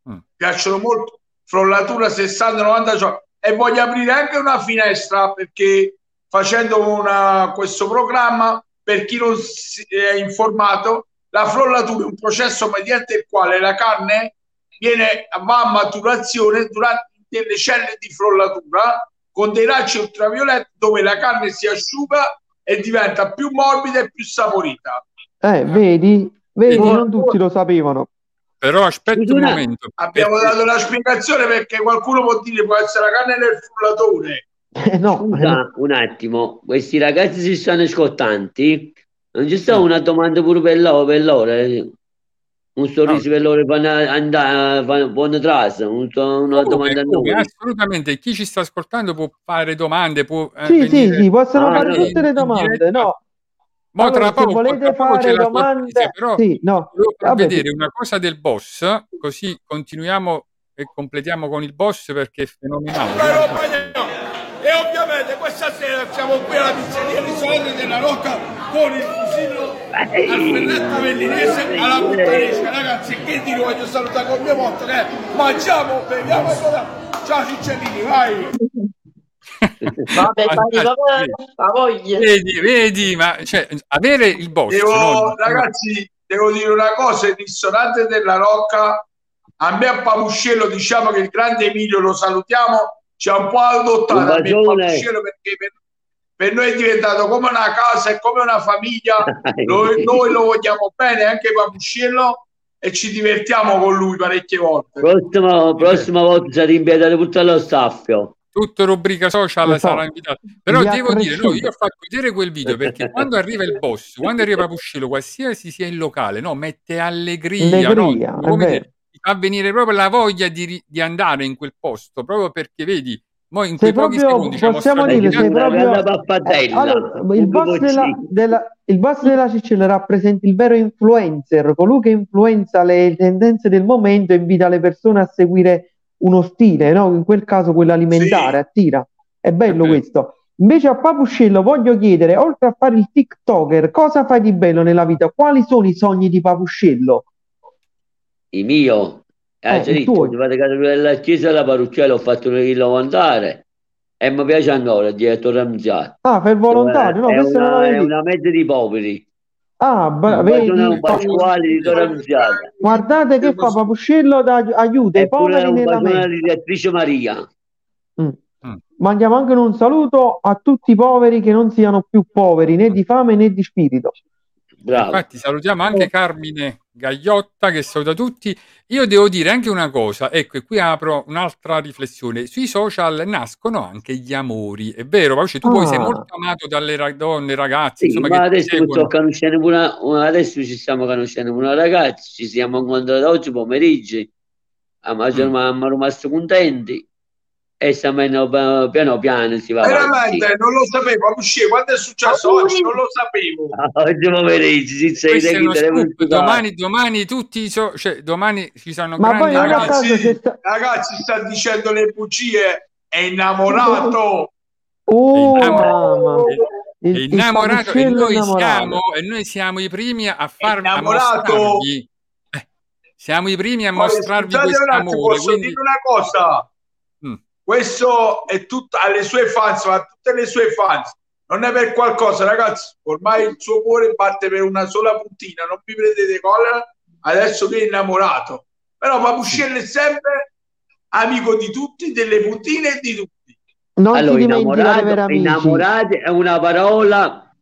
mm. piacciono molto, Frollatura sessanta novanta giorni, e voglio aprire anche una finestra, perché facendo una, questo programma, per chi non si è informato, la frollatura è un processo mediante il quale la carne viene, va a maturazione durante delle celle di frollatura con dei raggi ultravioletti, dove la carne si asciuga e diventa più morbida e più saporita. Eh, vedi, vedi, non tutti lo sapevano. Però aspetta un momento. Abbiamo perché... dato la spiegazione, perché qualcuno può dire può essere la carne nel frullatore. Eh, no, Scusa, no. un attimo, questi ragazzi si stanno scottanti, non ci sta Sì. una domanda pure per loro, per loro eh? Un sorriso No. per loro, fanno andare, fanno buona trasa, un, una Come, domanda a come? noi. Assolutamente, chi ci sta ascoltando può fare domande, può eh, Sì, venire sì, sì, possono Ah, fare no. tutte le in domande, diretta. no. Mo Allora, tra se poco, volete tra poco c'è fare la domande, sorpresa, però sì, no, volevo far vabbè, vedere una cosa del boss, così continuiamo e completiamo con il boss, perché è fenomenale. E ovviamente questa sera siamo qui alla pizzeria Risoldi della Rocca con il fusillo Alfredetta Vellinese alla Puttanesca. Ragazzi, che dire, voglio salutare con mio motto che è mangiamo, beviamo e vogliamo. Ciao Ciccellini, vai! Vabbè, fai la voglia. Vedi, vedi, ma cioè, avere il boss, Devo, no? ragazzi, devo dire una cosa, il ristorante della Rocca, a me a Pamuscello, diciamo che il grande Emilio, lo salutiamo, ci ha un po' adottato Un a me bacione. Pamuscello, perché per, per noi è diventato come una casa, è come una famiglia. Noi, noi lo vogliamo bene, anche Pamuscello, e ci divertiamo con lui parecchie volte. Prossima, prossima volta sarà invitato tutto allo staffio. Tutto Rubrica Social Lo so. sarà invitato. Però Vi ha devo dire, no, cresciuto. io ho fatto vedere quel video, perché quando arriva il boss, quando arriva Papuscello, qualsiasi sia il locale, no, mette allegria, Allegria, no? è Come vero. dire, ti fa venire proprio la voglia di, ri- di andare in quel posto, proprio perché vedi, mo in Sei quei pochi proprio, secondi ci ha possiamo mostrato dire, il sei Una proprio... grande Eh, pappatella. allora, il Un boss della, cappuccino. della- il boss della Cicella rappresenta il vero influencer, colui che influenza le tendenze del momento e invita le persone a seguire uno stile, no? In quel caso quello alimentare, Sì. attira. È bello È vero. questo. Invece a Papuscello voglio chiedere, oltre a fare il TikToker, cosa fai di bello nella vita? Quali sono i sogni di Papuscello? Il mio, Eh, eh, il detto, tuo. ho fatto caso della chiesa della parrucchiera, ho fatto il volontare e mi piace ancora, il direttore Ramziato. Ah, per volontario, no, È questo non una, è l'avevi. una mezza di poveri. Ah, bra- Un bacione a vedi, un Pasquale di Torre Annunziata. guardate che fa Papuscello, da, aiuta i E pure poveri un nella bacione alla mente. direttrice Maria. Mm. Mm. Mandiamo anche un saluto a tutti i poveri che non siano più poveri né di fame né di spirito. Bravo. Infatti salutiamo anche Carmine Gagliotta, che saluta tutti. Io devo dire anche una cosa, ecco, e qui apro un'altra riflessione. Sui social nascono anche gli amori, è vero, Pauce, tu poi sei Ah, molto amato dalle ra- donne, ragazze, Sì, insomma, ma che ti adesso mi sto seguono. conoscendo una, una- adesso ci stiamo conoscendo una ragazza, ci siamo incontrati oggi pomeriggio, ah, ma Mm. siamo rimasti contenti e stiamo piano piano, piano si va avanti. Veramente, non lo sapevo, Pamuscello, quando è successo oggi, non lo sapevo. Oggi pomeriggio, si sei Questo è che uno devo scoop. scusare. Domani, domani tutti i so- cioè, domani ci saranno ma poi grandi non a notizie. caso c'è Ragazzi, sta... ragazzi, sta dicendo le bugie, è innamorato. Oh, È innamora- mamma. è Il, il innamorato e Papuscello noi, innamorato. siamo, e noi siamo i primi a, È far, a innamorato. mostrarvi. eh, siamo i primi a Poi, mostrarvi scusate questo un attimo, amore. posso Quindi, dire una cosa? mm, Questo è tutto alle sue fans, ma a tutte le sue fans. Non è per qualcosa, ragazzi. Ormai il suo cuore batte per una sola puntina. Non vi prendete colla. Adesso che è innamorato. Però Papuscello è sempre amico di tutti, delle puntine e di tutti. Non Allora, si dimentica di innamorato, avere amici. innamorati è una parola,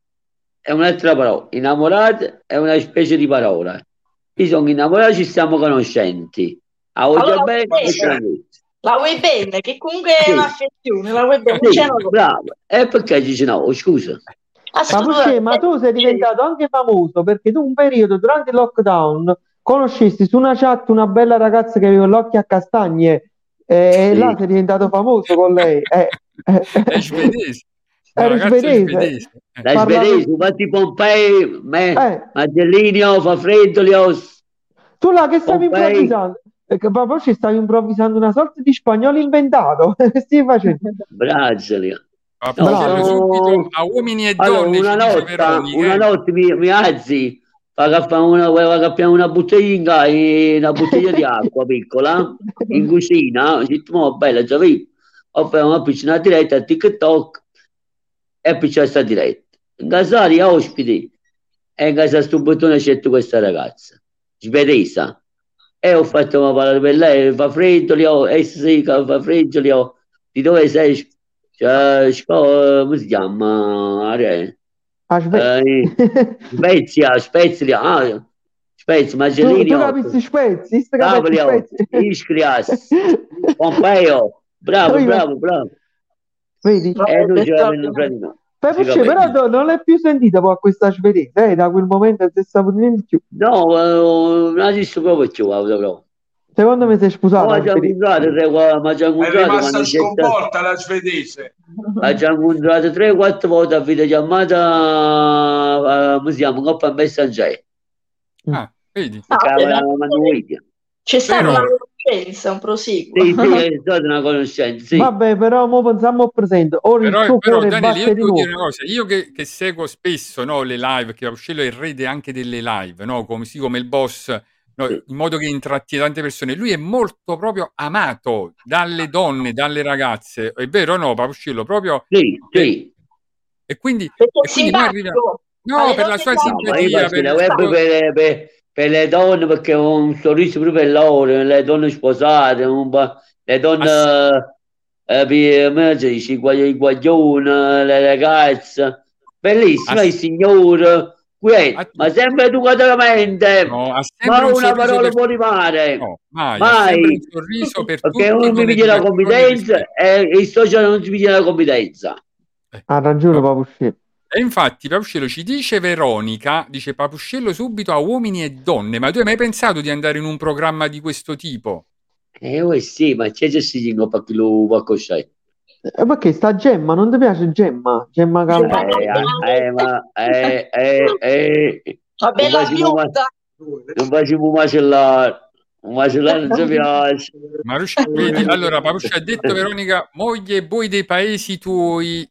è un'altra parola. Innamorati è una specie di parola. Io sono innamorato, ci stiamo conoscenti. A oggi Allora, bene, bene. e tranquillo. La vuoi bene, che comunque Sì. è un'affezione, la vuoi bene. Sì, C'è una- bravo. E perché dici no? Scusa. Papuscello, ma tu sei diventato anche famoso perché tu un periodo durante il lockdown conoscesti su una chat una bella ragazza che aveva gli occhi a castagne e Sì. là sei diventato famoso con lei. Eh, eh, è svedese. Una Eri ragazza svedese. svedese. Eh. Dai Parlavi- svedesi, fatti Pompei, me, Eh. Magellino, fa freddo, li ho... Tu là che stavi Pompei. improvvisando? Perché proprio ci stavi improvvisando una sorta di spagnolo inventato. Che stai facendo? Brazzoli. Papuscello Bravo. subito a uomini e Allora, donne una ci dice notte, Veronica. una eh. notte mi, mi alzi, fa cappare una, voleva cappare una bottiglia, una bottiglia di acqua piccola in cucina, ho detto, mo bella, già vi ho fatto una piccola diretta a TikTok e poi c'è sta diretta. In casa di ospiti e in casa sto bottone c'è questa ragazza, svedesa, e ho fatto una parola per lei, fa freddo, li ho, eh sì, fa freddo, li ho, di dove sei? Cioè, come si chiama? A Svezia. Eh, Spezia, Spezia, ah, Spezia, Tu, Magellini, tu capisci Spezia? Sta capisci Cavolo, Spezia? Ischrias, Pompeo, bravo, Io- bravo, bravo. Vedi? E noi ce l'abbiamo prima. Poi Sì, Pucci, vabbè. però tu non l'hai più sentita poi questa svedese, eh? Da quel momento non si sta niente più. No, eh, non ha visto proprio più, guarda, però. Secondo me sei sposato. Ma ci ha incontrato, tre, qua- ma ci ha È incontrato rimasta quando c'è stato- sconvolta la svedese. ma ci ha incontrato tre quattro volte a videochiamata, eh, come si chiama, Coppa Messaggero. Ah, vedi? Ah, Cavolo, beh, la Manuidia. c'è stata Però- una conoscenza, un proseguo. Sì, sì, è stata una conoscenza, sì. Vabbè, però mo pensiamo al presente. Ora il Però, suo però cuore Daniele, io batte di devo dire nuovo. una cosa, io che, che seguo spesso, no, le live, che Papuccello è il re de- anche delle live, no, come, sì, come il boss, no, Sì. in modo che intrattiene tante persone, lui è molto proprio amato dalle donne, dalle ragazze, è vero o no, Papuccello? Proprio, Sì, sì. e quindi, Perché e quindi noi arriviamo, simpatico. no, Alle per la donne sua piace. No, ma io simpatia, faccio per la il web suo- per, per- per le donne perché ho un sorriso pure per loro, le donne sposate, un po'- le donne, eh, per- come si dice, i gua- i guaglioni, le ragazze, bellissima Ass- il signore, qui, Att- ma sempre educatamente, no, ha ma sempre un una sorriso parola per fuori mare, no, mai, ha mai, sempre un sorriso per perché tutti uno mi come piglia la educazione e confidenza rispetto. e il social non si piglia la confidenza. Ha ragione, No. Papucci. E infatti Papuccello ci dice Veronica, dice Papuccello subito a uomini e donne, ma tu hai mai pensato di andare in un programma di questo tipo? Eh, oh, sì, ma c'è già si dicono per chi lo va a cosciare. E perché sta Gemma? Non ti piace Gemma? Gemma Calma. Eh, eh, ma eh, eh, eh, La non bella facciamo ma- bionda. non facciamo macellare, un macellare non ci piace. Ma riusci- vedi, allora Papuccello ha detto Veronica, moglie e voi dei paesi tuoi,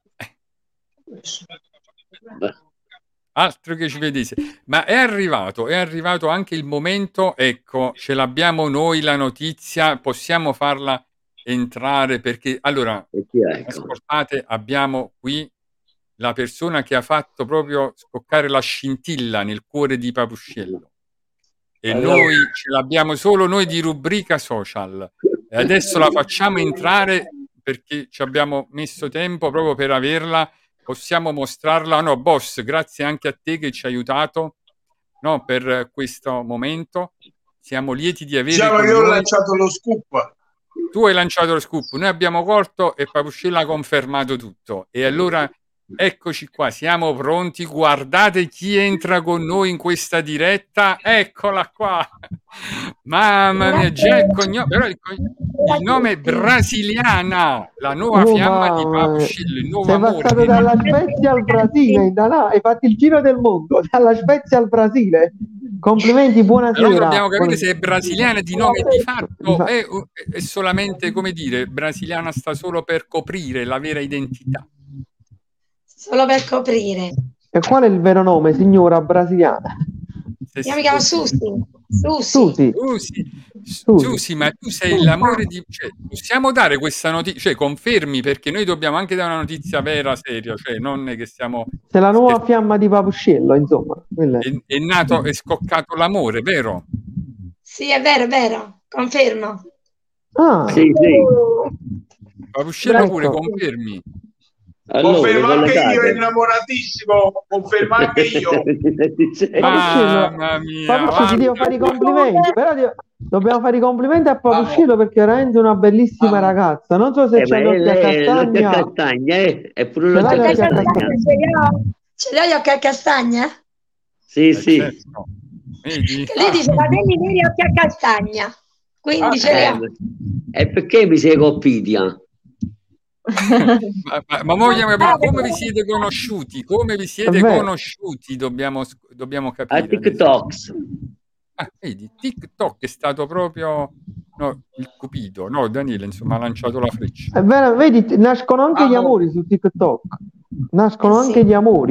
altro che ci vedesse, ma è arrivato, è arrivato anche il momento, ecco, ce l'abbiamo noi la notizia, possiamo farla entrare perché, allora, E chi è, ecco? ascoltate, abbiamo qui la persona che ha fatto proprio scoccare la scintilla nel cuore di Papuccello e Allora. noi ce l'abbiamo solo noi di Rubrica Social e adesso la facciamo entrare perché ci abbiamo messo tempo proprio per averla, possiamo mostrarla. No, boss, grazie anche a te che ci hai aiutato, no, per questo momento, siamo lieti di avere Diciamo con che io ho noi. lanciato lo scoop. Tu hai lanciato lo scoop, noi abbiamo colto e Papuccello ha confermato tutto. E allora eccoci qua, siamo pronti. Guardate chi entra con noi in questa diretta. Eccola qua. Mamma mia, già il cognome, però il, cogn- il nome è Brasiliana, la nuova Oh, fiamma di mamma. Papuccello, il nuovo Sei amore. passato dalla Svezia al Brasile, in Dana- hai fatto il giro del mondo, dalla Svezia al Brasile. Complimenti, buonasera. Però dobbiamo capire Buonasera. se è brasiliana di nome di Di fatto fa- è, è solamente, come dire, brasiliana sta solo per coprire la vera identità. Solo per coprire. E qual è il vero nome, signora brasiliana? Se Io si mi chiamo può- Susi. Susi. Susi. Susi, Susi. Susi, ma tu sei l'amore di... Cioè, possiamo dare questa notizia? Cioè, confermi, perché noi dobbiamo anche dare una notizia vera, seria, cioè non è che stiamo... Sei la nuova Che- fiamma di Papuccello, insomma. Quella è. È, è nato, è scoccato l'amore, vero? Sì, è vero, è vero. Confermo. Ah, Sì, sì. Papuccello Ecco. pure, confermi. Allora, Conferma anche io, collegate. innamoratissimo. Conferma anche io. Mamma mia, Papuccello, ti devo guarda- fare i complimenti, però ti- dobbiamo fare i complimenti a Papuccello perché è veramente una bellissima Ah. ragazza. Non so se Eh, c'è ma l'occhio a lei- l'occhio a castagna. castagna, eh? È pure Ce l'occhio l'hai a l'occhio a castagna. castagna? Ce li ho. Ce li ho gli occhi a castagna? Sì, Eh, sì. certo. Vedi? Che lei dice capelli neri e occhi a castagna. Quindi ce li Eh, ho. e perché mi sei coppidia? Ma, ma, ma vogliamo capire come vi siete conosciuti? Come vi siete È vero. conosciuti? Dobbiamo, dobbiamo A capire. adesso. TikToks. Ah, vedi, TikTok è stato proprio no, il cupido, no? Daniele, insomma, ha lanciato la freccia. È vero, vedi, t- nascono anche gli Ah, no. amori su TikTok. Nascono Eh sì. anche gli amori.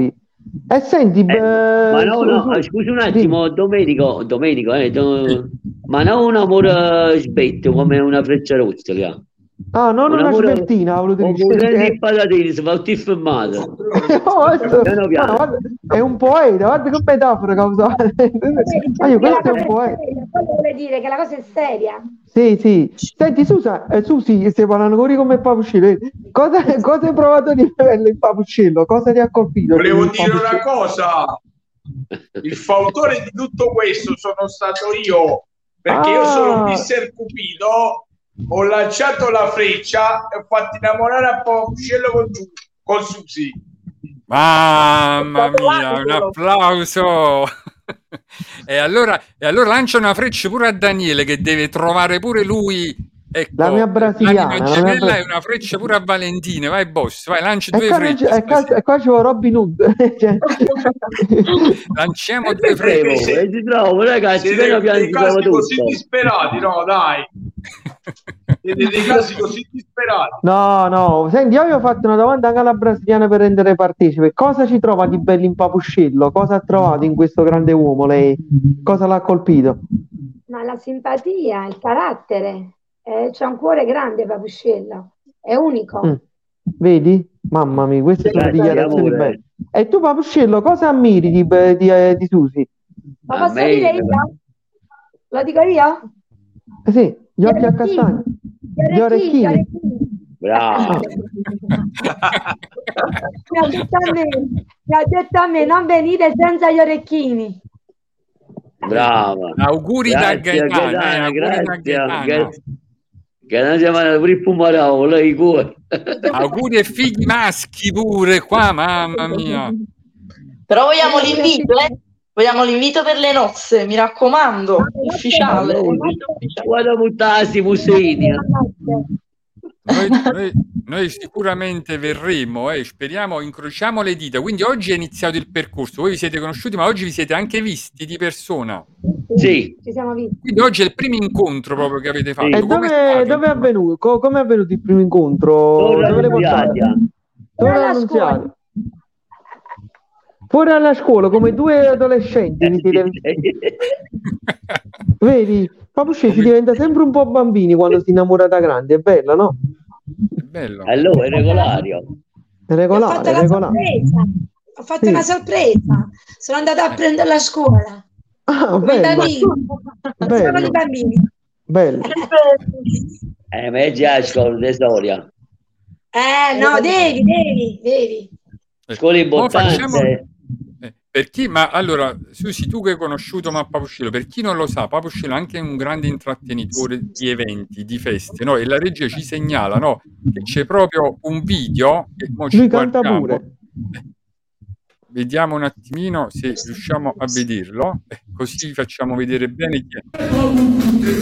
E senti, Eh, beh, ma no, su- no, su- eh, scusi un dimmi. attimo, Domenico, Domenico, eh, do- ma non un amore sbetto come una freccia rossa che ha. Ah, non Un una amore sveltina, volevo come dire. prendi Eh, i patatini, si fa tutti filmato. oh, questo- Piano ma piano. guarda, è un poeta, guarda che metafora che ha usato. Ah, io, questo è un poeta. Quello vuole dire che la cosa è seria. Sì, sì. Senti, Susa, eh, Susi, stai parlando così come Papuccello. Cosa, cosa hai provato di bello in Papuccello? Cosa ti ha colpito? Volevo in dire una Papuccello? cosa, il fautore di tutto questo sono stato io, perché io sono Ah. mister Cupido, ho lanciato la freccia e ho fatto innamorare a Papuccello con, Giu- con Susi. Mamma mia, un applauso. E allora, e allora lancia una freccia pure a Daniele che deve trovare pure lui, ecco, La mia brasiliana, l'anima la mia gemella, bra- e una freccia pure a Valentina. Vai boss, vai, lancia E due qua, non c'è- frecce e qua- stasera. e qua c'è Robin Hood. Cioè, Lanciamo E due perché frecce. se- e ci trovo, ragazzi, Siete piano piano dei ci trovo casi così tutto. disperati, no dai, siete dei casi così disperati. no, no, senti, io avevo fatto una domanda anche alla brasiliana per rendere partecipe. Cosa ci trova di bello in Papuccello? Cosa ha trovato in questo grande uomo lei? Cosa l'ha colpito? Ma la simpatia, il carattere, eh, c'è un cuore grande Papuccello, è unico. Mm. Vedi? Mamma mia, queste sono Grazie, dichiarazioni amore. belle. E tu, Papuccello, cosa ammiri di, di, eh, di Susi? Lo A posso me- dire io? Lo dico io? Eh sì, gli occhi a castagno. Gli orecchini, gli orecchini. orecchini. Bravo. Mi ha detto a me, mi ha detto a me, non venire senza gli orecchini. Brava. Auguri da Grazie, Gaetano, eh, Gaetano, auguri da grazie. Gaetano. Che, che non si mangia pure il fumaravo, lei cuore. Auguri e figli maschi pure qua, mamma mia. Però vogliamo l'invito, eh? Vogliamo l'invito per le nozze, mi raccomando, ufficiale. Guarda buttasi musini. Noi, noi- noi sicuramente verremo, eh, speriamo, incrociamo le dita. Quindi oggi è iniziato il percorso, voi vi siete conosciuti, ma oggi vi siete anche visti di persona. Sì. Ci siamo visti. Quindi oggi è il primo incontro proprio che avete fatto. Sì. E Com'è dove, stato? dove è avvenuto? Co- come è avvenuto il primo incontro? Torre Dove le portate? Annunziata. Torre Alla Annunziata. scuola. Fuori alla scuola, come due adolescenti. vi siete- Vedi, Papuccello si diventa sempre un po' bambini quando si innamora da grande, è bello, no? È bello. Allora, è regolario. È Ho regolare, fatto è la regolare. sorpresa. Ho fatto Sì. una sorpresa. Sono andata a prendere la scuola. Ah, Con i bello, bambini. Sono bello. i bambini. bello. Eh, ma è già scuola di storia. Eh, no, devi, devi, devi. Scuole Mo importanti. facciamo- eh, per chi, ma allora, Susi, tu che hai conosciuto ma Papuccello, per chi non lo sa, Papuccello è anche un grande intrattenitore di eventi, di feste, no? E la regia ci segnala, no? Che c'è proprio un video che mo ci Lui canta guardiamo. pure. Eh, Vediamo un attimino se riusciamo a vederlo, eh, così facciamo vedere bene chi è.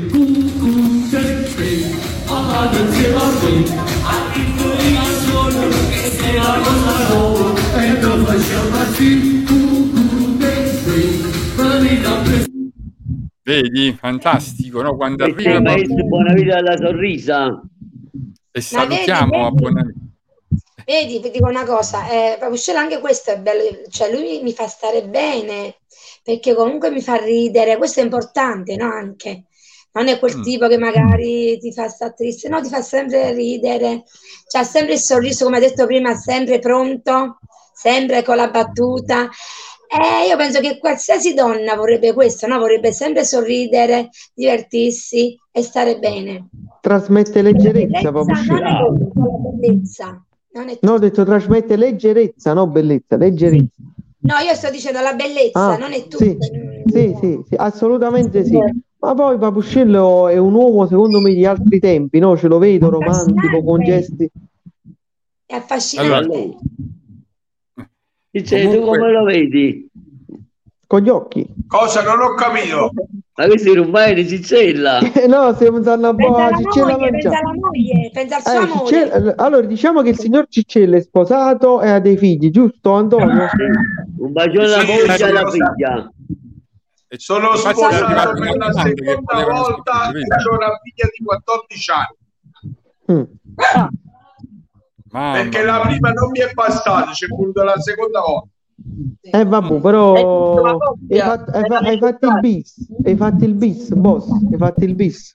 Vedi? Fantastico, no? Quando Questo è arriva il Papu- maestro Buonavita alla Sorrisa. e salutiamo vedi, a vedi. Buonavita. Vedi, vi dico una cosa, eh, Papuccello anche questo è bello, cioè lui mi fa stare bene, perché comunque mi fa ridere, questo è importante, no? Anche, non è quel Mm. tipo che magari ti fa stare triste, no, ti fa sempre ridere, c'ha sempre il sorriso, come ha detto prima, sempre pronto, sempre con la battuta. Eh, io penso che qualsiasi donna vorrebbe questo, no? Vorrebbe sempre sorridere, divertirsi e stare bene. Trasmette La leggerezza, bellezza Papuccello. non è tutta la bellezza, non è No, ho tutto. detto trasmette leggerezza, no bellezza, leggerezza. No, io sto dicendo la bellezza, Ah, non è tutto. sì, sì, sì, sì, assolutamente sì. Ma poi Papuccello è un uomo, secondo me, di altri tempi, no? Ce lo vedo romantico, con gesti. È affascinante. Allora, dice, tu Comunque- come lo vedi? Con gli occhi. Cosa non ho capito? Ma questi rubai di Ciccella. Eh, no, stiamo andando un po' Pensa a alla Ciccella moglie, pensa mangiare. alla moglie, pensa al suo Eh, amore. Ciccella- allora, diciamo che il signor Ciccella è sposato e ha dei figli, giusto Antonio? Un bacione alla Sì, moglie e sì, alla lo so. figlia. Sono Infatti è sposato arrivata per una la domanda che seconda volevano volta scoprire, e vedi? ho una figlia di quattordici anni. Mm. Mamma Perché la mia. prima non mi è passata, c'è voluta la seconda volta. Eh vabbè, però hai fatto, hai, fa- hai fatto il bis, hai fatto il bis, boss, hai fatto il bis.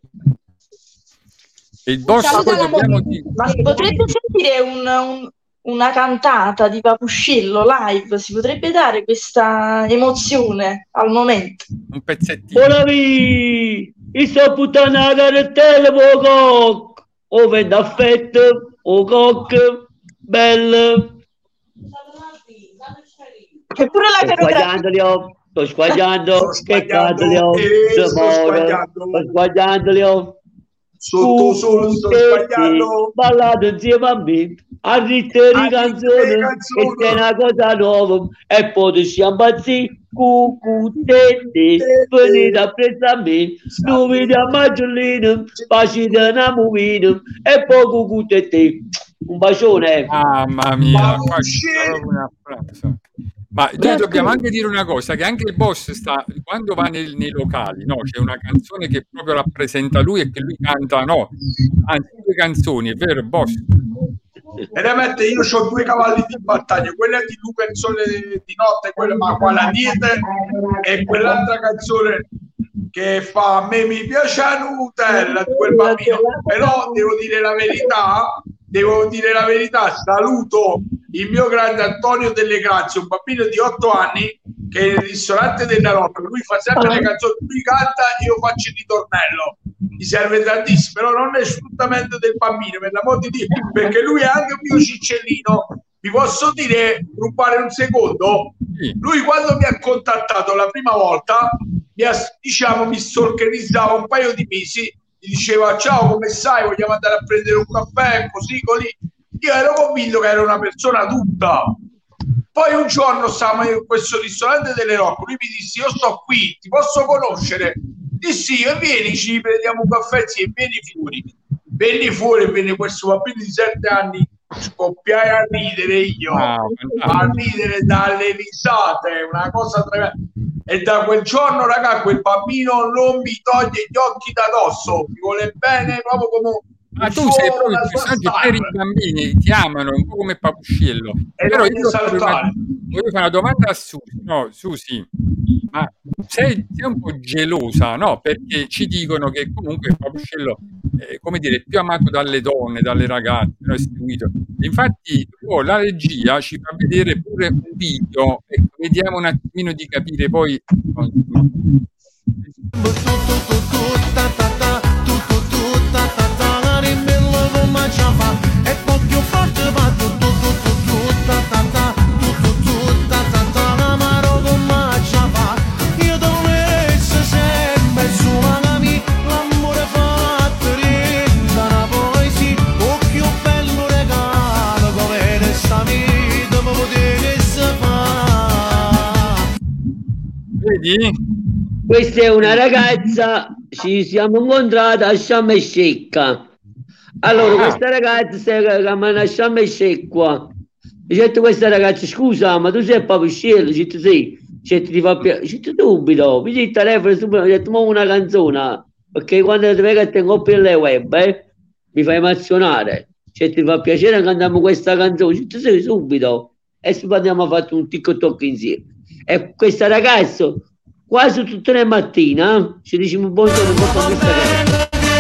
Il boss poi dobbiamo dire... Ma si potrebbe sentire un, un, una cantata di Papuscello live? Si potrebbe dare questa emozione al momento? Un pezzettino. Ora vi, sto puttana carettella poco, o vende affetto, o coc, bello. C'è pure la Sto sbagliando, Leo. Sto sbagliando. Che cazzo, Leo? Sto sbagliando, Leo. Sotto solo sto sbagliando. Ballato insieme a me. A rittere canzoni. Che c'è una cosa nuova. E poi ci ammazzi. Cucu, tette. Venite a prendere a me. Dove a Maggiolino. Facile una movina. E poi cucu, tette. Un bacione. Mamma mia. Qua c'è proprio una frase. Ma noi dobbiamo anche dire una cosa, che anche il boss sta, quando va nel, nei locali, no, c'è una canzone che proprio rappresenta lui e che lui canta, no, anzi due canzoni, è vero boss? Veramente io ho due cavalli di battaglia, quella di Luca il Sole di notte, quella ma qua la diete, e quell'altra canzone che fa a me mi piace la Nutella di quel bambino, però devo dire la verità, devo dire la verità, saluto il mio grande Antonio Delle Grazie, un bambino di otto anni che è nel ristorante della Rocca, lui fa sempre le canzoni, lui canta, io faccio il ritornello, mi serve tantissimo, però non è sfruttamento del bambino, per l'amor di Dio, perché lui è anche un mio ciccellino. Vi posso dire, rubare un secondo? Lui quando mi ha contattato la prima volta, mi ha, diciamo, mi stalkerizzava un paio di mesi, mi diceva ciao, come stai, vogliamo andare a prendere un caffè, così, così. Io ero convinto che era una persona adulta. Poi un giorno stavamo in questo ristorante delle Rocche, lui mi disse io sto qui, ti posso conoscere? Dissi io, vieni, ci prendiamo un caffè insieme, vieni fuori. Venni fuori, venne questo bambino di sette anni, scoppiai a ridere io, Wow, a ridere dalle risate, una cosa tremenda. E da quel giorno, raga, quel bambino non mi toglie gli occhi da dosso, mi vuole bene proprio come... Ma tu sei proprio il personaggio per i bambini, ti amano un po' come Papuscello. E però non io salutare. voglio fare una domanda a Susi. No, Susi, ma sei, sei un po' gelosa, no? Perché ci dicono che comunque Papuscello è, come dire, più amato dalle donne, dalle ragazze, no? È seguito. Infatti, oh, la regia ci fa vedere pure un video, e vediamo un attimino di capire poi. E poi più forte va tu tu tu tu tu ta ta ta tu tu tu ta ta ta ma rogo ma fa io dove sempre su magami l'amore fatto rinda na poesia o più bello regalo come questa vita mi potesse fa. Vedi? Questa è una ragazza, ci siamo incontrati a Sciamma e Scecca. Allora, questa ragazza si chiama una Sciamma e Scecca. Dice questa ragazza, scusa, ma tu sei Papuscello? Dice sì, dice ti fa piacere. Dice subito, mi dice il telefono subito, mi ha detto ma una canzone, perché quando ti vedo che tengo per le web, eh, mi fai emozionare. Dice ti fa piacere che cantiamo questa canzone? Dice sì, subito. E se andiamo a fare un TikTok insieme. E questa ragazza, quasi tutte le mattine, ci diciamo buongiorno, un po' con questa ragazza.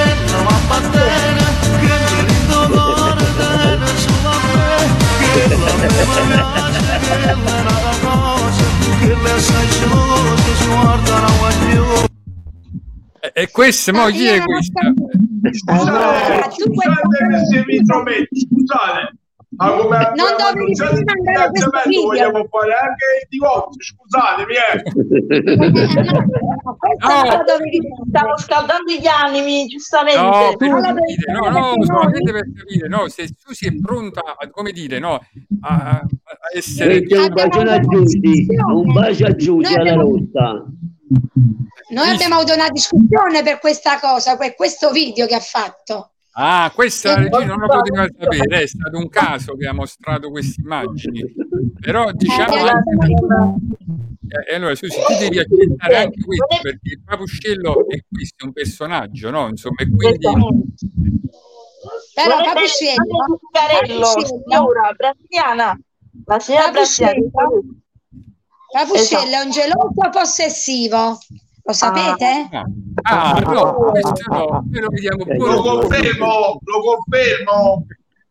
E questa, mo chi è questa? Scusate, scusate se mi intrometto, scusate. Ma come non dovevi mandare questo video, vogliamo fare anche il divorzio, scusatemi, eh. No, stiamo scaldando gli animi, giustamente. No, per Allora, capire, no, no, solamente per capire, no, se Susi è pronta, a, come dire, no, a, a essere... Mette un bacione a Giussi, un bacio a Giussi alla rossa. Noi abbiamo avuto una discussione per questa cosa, per questo video che ha fatto. Ah, questa la regina non lo poteva sapere, è stato un caso che ha mostrato queste immagini, però diciamo e eh, allora Susi, tu devi accettare anche questo, perché il Papuscello è questo, è un personaggio, no? Insomma, e quindi però Papuscello, signora brasiliana, La signora Brasiliana. Papuccello è un geloso possessivo, lo sapete? Ah, no, questo no, noi lo vediamo Lo confermo, lo confermo.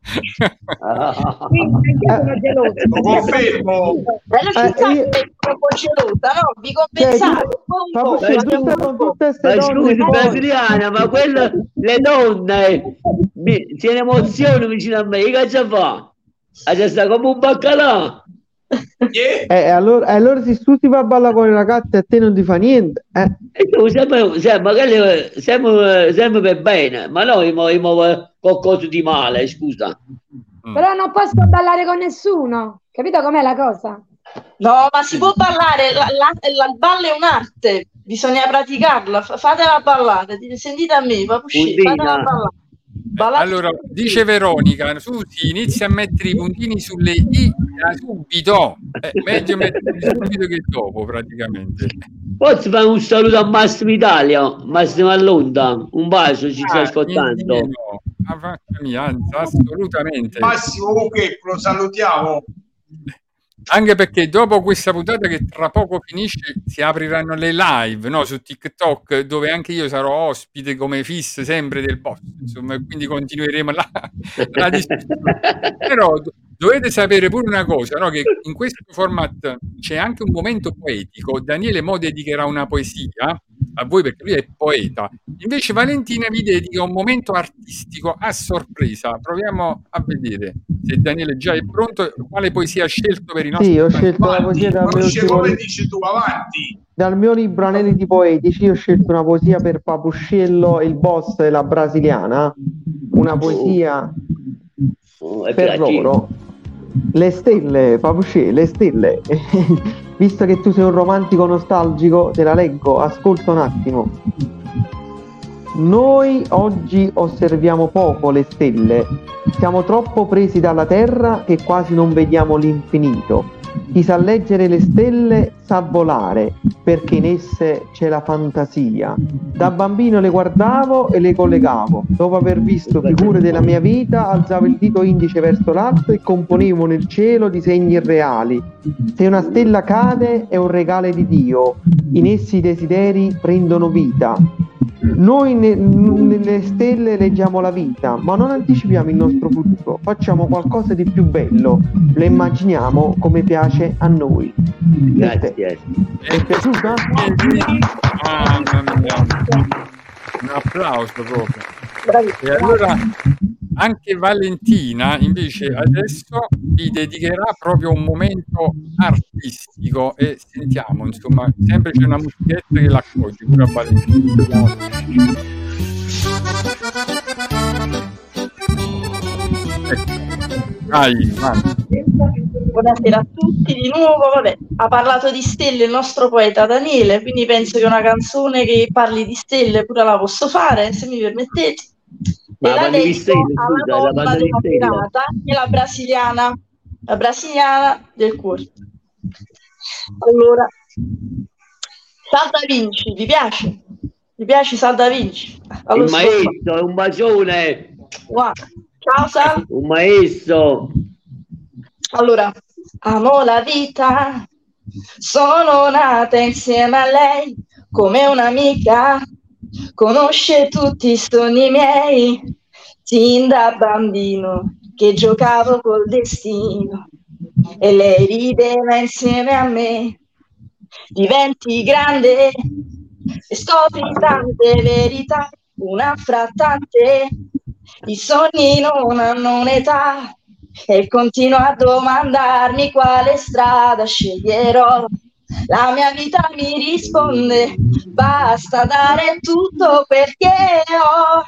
Lo confermo. Bella città è un po' gelosa, no? Vi compensate un po'. Ma scusi, brasiliana, ma quella, le donne mi, si emozionano vicino a me, che cazzo fa? Adesso sta come un baccalà. Yeah. Eh, allora, allora se tu ti vai a ballare con le ragazze e a te non ti fa niente, eh. E tu sempre, sempre, magari sempre, sempre per bene, ma noi muoviamo qualcosa di male, scusa. Però non posso ballare con nessuno, capito com'è la cosa? No, ma si può ballare, la, la, la, il ballo è un'arte, bisogna praticarla, F- fatela ballare, sentite a me, Papuccello, fatela ballare. Eh, allora, dice Veronica, Susi, inizia a mettere i puntini sulle i da subito, eh, meglio metterli subito che dopo, praticamente. Posso fare un saluto a Massimo Italia, Massimo Allonda, un bacio, ci Ah, sta ascoltando. niente, no. Ah, faccia mia, anzi, assolutamente. Massimo che lo salutiamo. Anche perché dopo questa puntata che tra poco finisce si apriranno le live, no, su TikTok, dove anche io sarò ospite come fisso sempre del boss, insomma, quindi continueremo la, la discussione. Però do- dovete sapere pure una cosa, no, che in questo format c'è anche un momento poetico. Daniele mo dedicherà una poesia a voi perché lui è poeta, invece Valentina vi dedica un momento artistico a sorpresa. Proviamo a vedere se Daniele già è pronto, quale poesia ha scelto per i nostri. Sì, ho scelto la poesia dal mio, Conosce ultimo come li- dici tu, avanti. dal mio libro Aneliti Poetici. Ho scelto una poesia per Papuccello, il boss e la brasiliana, una poesia Oh, è per piacere. loro. Le stelle, Papuccello, le stelle. Visto che tu sei un romantico nostalgico, te la leggo, ascolta un attimo. Noi oggi osserviamo poco le stelle, siamo troppo presi dalla terra che quasi non vediamo l'infinito. Chi sa leggere le stelle sa volare, perché in esse c'è la fantasia. Da bambino le guardavo e le collegavo. Dopo aver visto figure della mia vita, alzavo il dito indice verso l'alto e componevo nel cielo disegni irreali. Se una stella cade è un regalo di Dio, in essi i desideri prendono vita. Noi ne- nelle stelle leggiamo la vita, ma non anticipiamo il nostro futuro, facciamo qualcosa di più bello, lo immaginiamo come piace a noi. Grazie. Ti è piaciuta? Ah, mamma mia. Un applauso proprio. E allora anche Valentina invece adesso vi dedicherà proprio un momento artistico e sentiamo, insomma, sempre c'è una musichetta che l'accoglie pure a Valentina. Vai, vai. Buonasera a tutti di nuovo. Vabbè, ha parlato di stelle il nostro poeta Daniele, quindi penso che una canzone che parli di stelle pure la posso fare, se mi permettete. Ma E la parli di dedico stelle, alla scusa, la donna banda di della stelle. pirata e la brasiliana, la brasiliana del cuore. Allora, Salda Vinci, vi piace? Vi piace Salda Vinci? Allo Il scopo. maestro è un bacione, Guarda. Ciao Sal. un maestro. Allora, amo la vita, sono nata insieme a lei come un'amica, conosce tutti i sogni miei, sin da bambino che giocavo col destino e lei rideva insieme a me. Diventi grande e scopri tante verità, una fra tante, i sogni non hanno un'età. E continuo a domandarmi quale strada sceglierò. La mia vita mi risponde: basta dare tutto perché ho.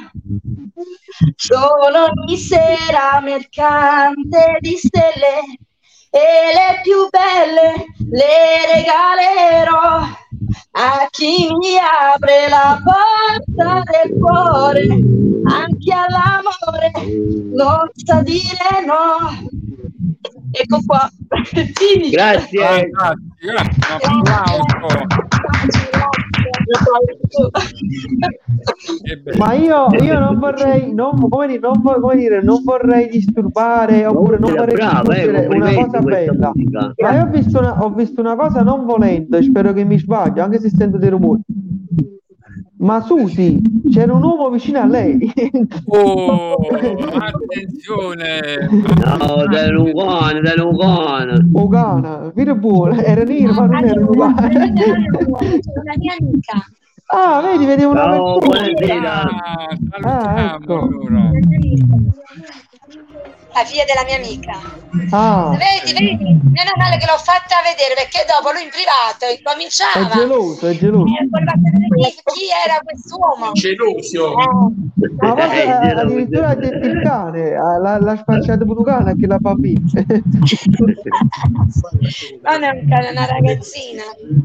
Sono ogni sera mercante di stelle e le più belle le regalerò a chi mi apre la porta del cuore, anche all'amore non sa dire no. Ecco qua. Grazie. Grazie, un applauso. Ma io, io non vorrei, non, come dire, non, vo- come dire, non vorrei disturbare oppure non vorrei brava, eh, distruggere una complimenti cosa questa bella. musica. Ma io ho visto, una, ho visto una cosa non volendo e spero che mi sbaglio, anche se sento dei rumori. Ma Susi, c'era un uomo vicino a lei. Oh, attenzione! No, dell'Ugana, dell'Ugana. Ugana, vero buono, era nero ma non era un Ugana. Una mia amica. Ah, vedi, vedevo una Ciao, persona. buonasera. Ah, ecco. Allora. La figlia della mia amica. Ah, Vedi, vedi, meno male che l'ho fatta vedere perché dopo lui in privato è incominciava. geloso, è geloso. Eh, voleva sapere chi, chi era quest'uomo. Gelusio. Eh, Ma guarda, Eh, eh, geloso. addirittura ha detto il cane, eh, l'ha, l'ha spacciato per un cane che la papì. non è un cane, è una ragazzina.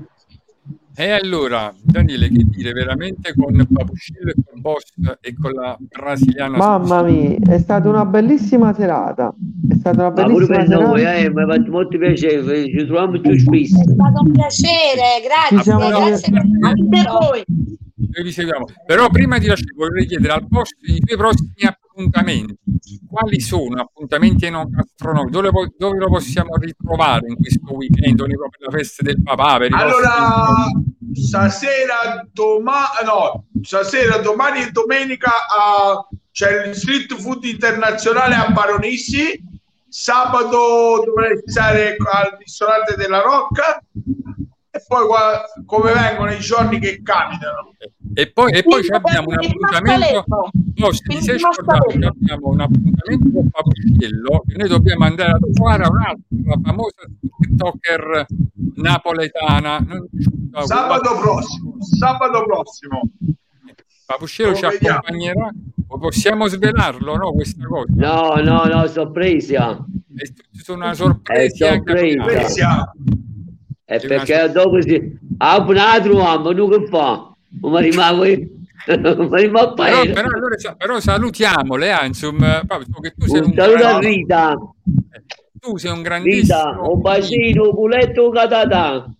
E allora, Daniele, che dire veramente con Papuscello e con Boss e con la brasiliana Mamma mia, è stata una bellissima serata. È stata una Ma pure bellissima per noi, serata. eh, mi ha fatto molto piacere, ci troviamo più spesso. È stato un piacere, Ci grazie, siamo grazie per Anche tutto. voi. Noi vi seguiamo. Però prima di lasciare vorrei chiedere al Boss i tuoi prossimi appuntamenti. Quali sono appuntamenti enogastronomici? Dove, po- dove lo possiamo ritrovare in questo weekend? Ogni per la festa del papà? Per i Allora, vostri- stasera, domani, no, stasera, domani e domenica ah, c'è il Street Food Internazionale a Baronissi. Sabato dovrei stare al ristorante della Rocca. E poi qua- come vengono i giorni che capitano. E poi, e poi Sì, ci abbiamo un perché il appuntamento. Massaletto. No, se ti Il sei scordato che Massaletto. abbiamo un appuntamento con Papuscello che noi dobbiamo andare a trovare un'altra famosa TikToker napoletana. Non ricordo, Sabato prossimo, sabato prossimo. Papuscello ci Lo vediamo. accompagnerà. O possiamo svelarlo, no? Questa cosa. No, no, no, sorpresa. È tutta una sorpresa. È anche a sorpresa. Milano. Pensiamo. È È una perché dopo si... Ah, un altro uomo, non che fa? Ma rimango io. Ma rimango a Però, paese. però, allora, sa- però salutiamole, eh, insomma, Paolo, so che tu sei un, Un saluto a gran- Rita. tu sei un Rita, grandissimo un bacino, un culetto, catata.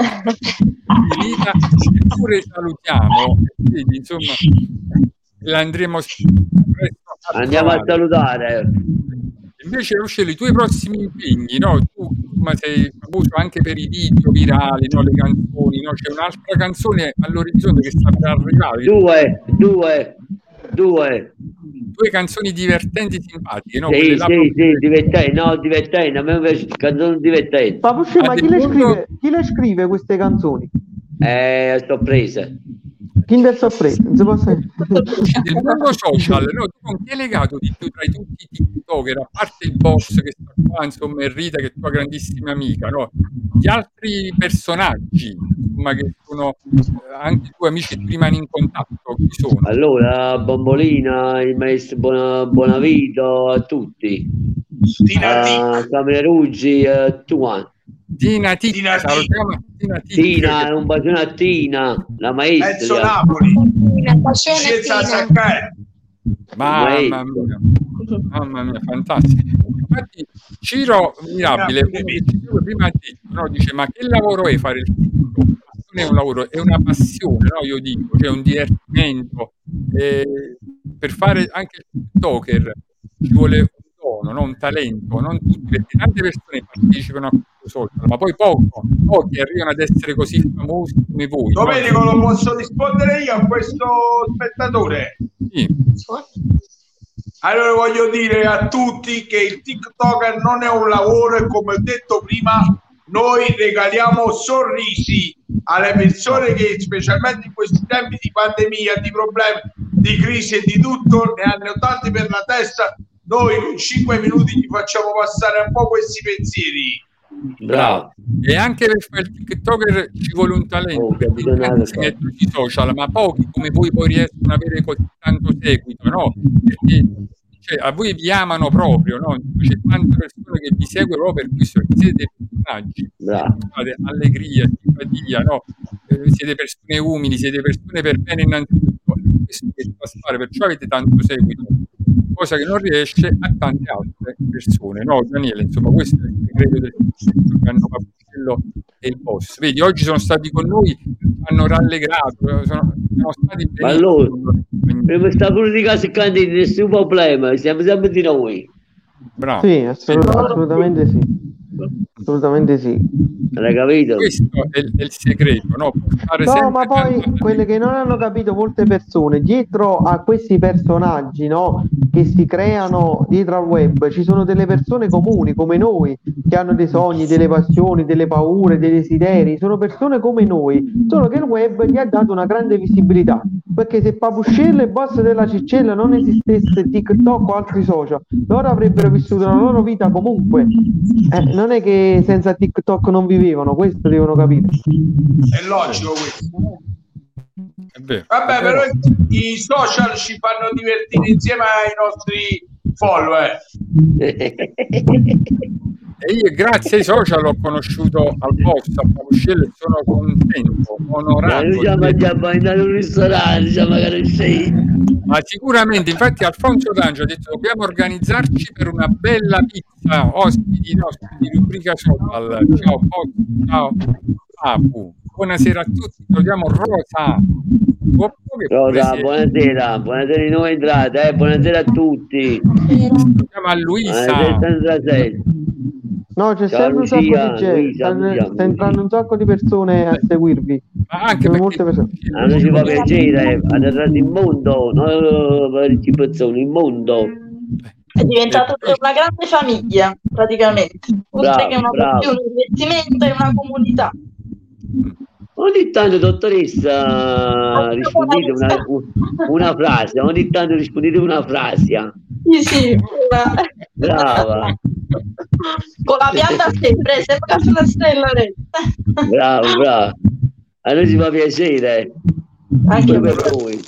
Rita, eppure salutiamo, quindi insomma l'andremo presto a Andiamo a trovare. salutare. Invece Ruscelli, i tuoi prossimi impegni, no? Tu insomma, sei famoso anche per i video virali, no? Le canzoni, no? C'è un'altra canzone all'orizzonte che sta per arrivare, Due, due, due. due canzoni divertenti, simpatiche, no? Sì, Quelle là sì, proprio- sì, divertenti, no, divertenti, a me piace canzoni divertenti. Papuscello, ma Ah, chi del le mondo- scrive? Chi le scrive queste canzoni? Eh, sorprese. Kinder sorpresa, non si può sapere. del mondo social, no? Tu con chi hai legato di più tra i tutti i TikToker, a parte il Boss che sta qua, insomma, e Rita che è tua grandissima amica, no? Gli altri personaggi, insomma, che sono eh, anche tuoi amici che tu rimani in contatto, chi sono? Allora, Bombolina, il maestro Buona- Bonavito, a tutti. Tina T. Uh, Camere Ruggi, uh, tu quanti. Tina T, Tina T. salutiamo Tina T. Tina, un bacione a Tina, la Enzo maestra. Napoli. Una bacione, Scienza Tina. Sacchè. Mamma mia, mamma mia, fantastico. Infatti, Ciro Mirabile, uno che ci segue prima ha detto, no? Dice, ma che lavoro è fare il TikTok? Non è un lavoro, è una passione, no? Io dico, cioè un divertimento. Eh, per fare anche il TikToker ci vuole un dono, no? Un talento, non tutti, perché tante persone partecipano a questo social, ma poi poco, pochi arrivano ad essere così famosi come voi. no? Domenico, lo posso rispondere io a questo spettatore? Sì. Allora voglio dire a tutti che il TikToker non è un lavoro e come ho detto prima noi regaliamo sorrisi alle persone che specialmente in questi tempi di pandemia, di problemi, di crisi e di tutto ne hanno tanti per la testa. Noi in cinque minuti gli facciamo passare un po' questi pensieri. Bravo. E anche per fare il TikToker ci vuole un talento, Oh, perché bisogna tanti si fare. mettono sui social, ma pochi come voi poi riescono ad avere così tanto seguito, no? Perché cioè, a voi vi amano proprio, no? C'è tante persone che vi seguono proprio per questo, perché siete dei personaggi, Bravo. fate allegria, simpatia, no? Eh, siete persone umili, siete persone per bene innanzitutto, questo che sta a fare, perciò avete tanto seguito, cosa che non riesce a tante altre persone, no? Daniele, insomma, questo è il segreto del successo che hanno Papuccello e il boss. Vedi, oggi sono stati con noi, hanno rallegrato, sono, sono stati Ma allora, per sta pure di casa e cantini, nessun problema, siamo sempre di noi. Bravo. Sì, assolut- assolutamente sì. Assolutamente sì. L'hai capito? Questo è il, è il segreto, no? Fare No, sempre ma poi cantare. quelle che non hanno capito molte persone, dietro a questi personaggi, no, che si creano dietro al web, ci sono delle persone comuni come noi, che hanno dei sogni, delle passioni, delle paure, dei desideri, sono persone come noi, solo che il web gli ha dato una grande visibilità, perché se Papuccello e boss della Ciccella non esistesse TikTok o altri social, loro avrebbero vissuto la loro vita comunque. Eh, non è che senza TikTok non vivevano, questo devono capire. È logico questo. È vero, Vabbè, è vero. però i social ci fanno divertire insieme ai nostri follower. E io grazie ai social ho conosciuto al boss, a Papuccello, e sono contento, onorato. Noi siamo andiamo in un ristorante, siamo a Ma sicuramente, infatti Alfonso D'Angelo ha detto dobbiamo organizzarci per una bella pizza, ospiti nostri di rubrica social. Ciao boss, ciao Papu, buonasera a tutti, troviamo Rosa. Rosa, buonasera, buonasera di nuova entrata, eh, buonasera a tutti. Troviamo a Luisa. Buonasera, No, c'è Ciao, sempre un sacco Lucia, di gente, Luisa, stanno- Lucia. sta entrando un sacco di persone a seguirvi. Ma anche Sono perché molte persone. a noi ci fa piacere, ad entrare in mondo, no, partecipazione, in mondo. È diventata una grande famiglia, praticamente. Oltre Bravo, che una bravo. passione, un divertimento e una comunità. Ogni tanto, dottoressa, rispondete una, una frase, ogni tanto rispondete una frase. Sì, sì, una- Brava, con la pianta sempre, sembra sulla stella. lei. bravo, bravo. A noi ci fa piacere, Anche pure per per voi.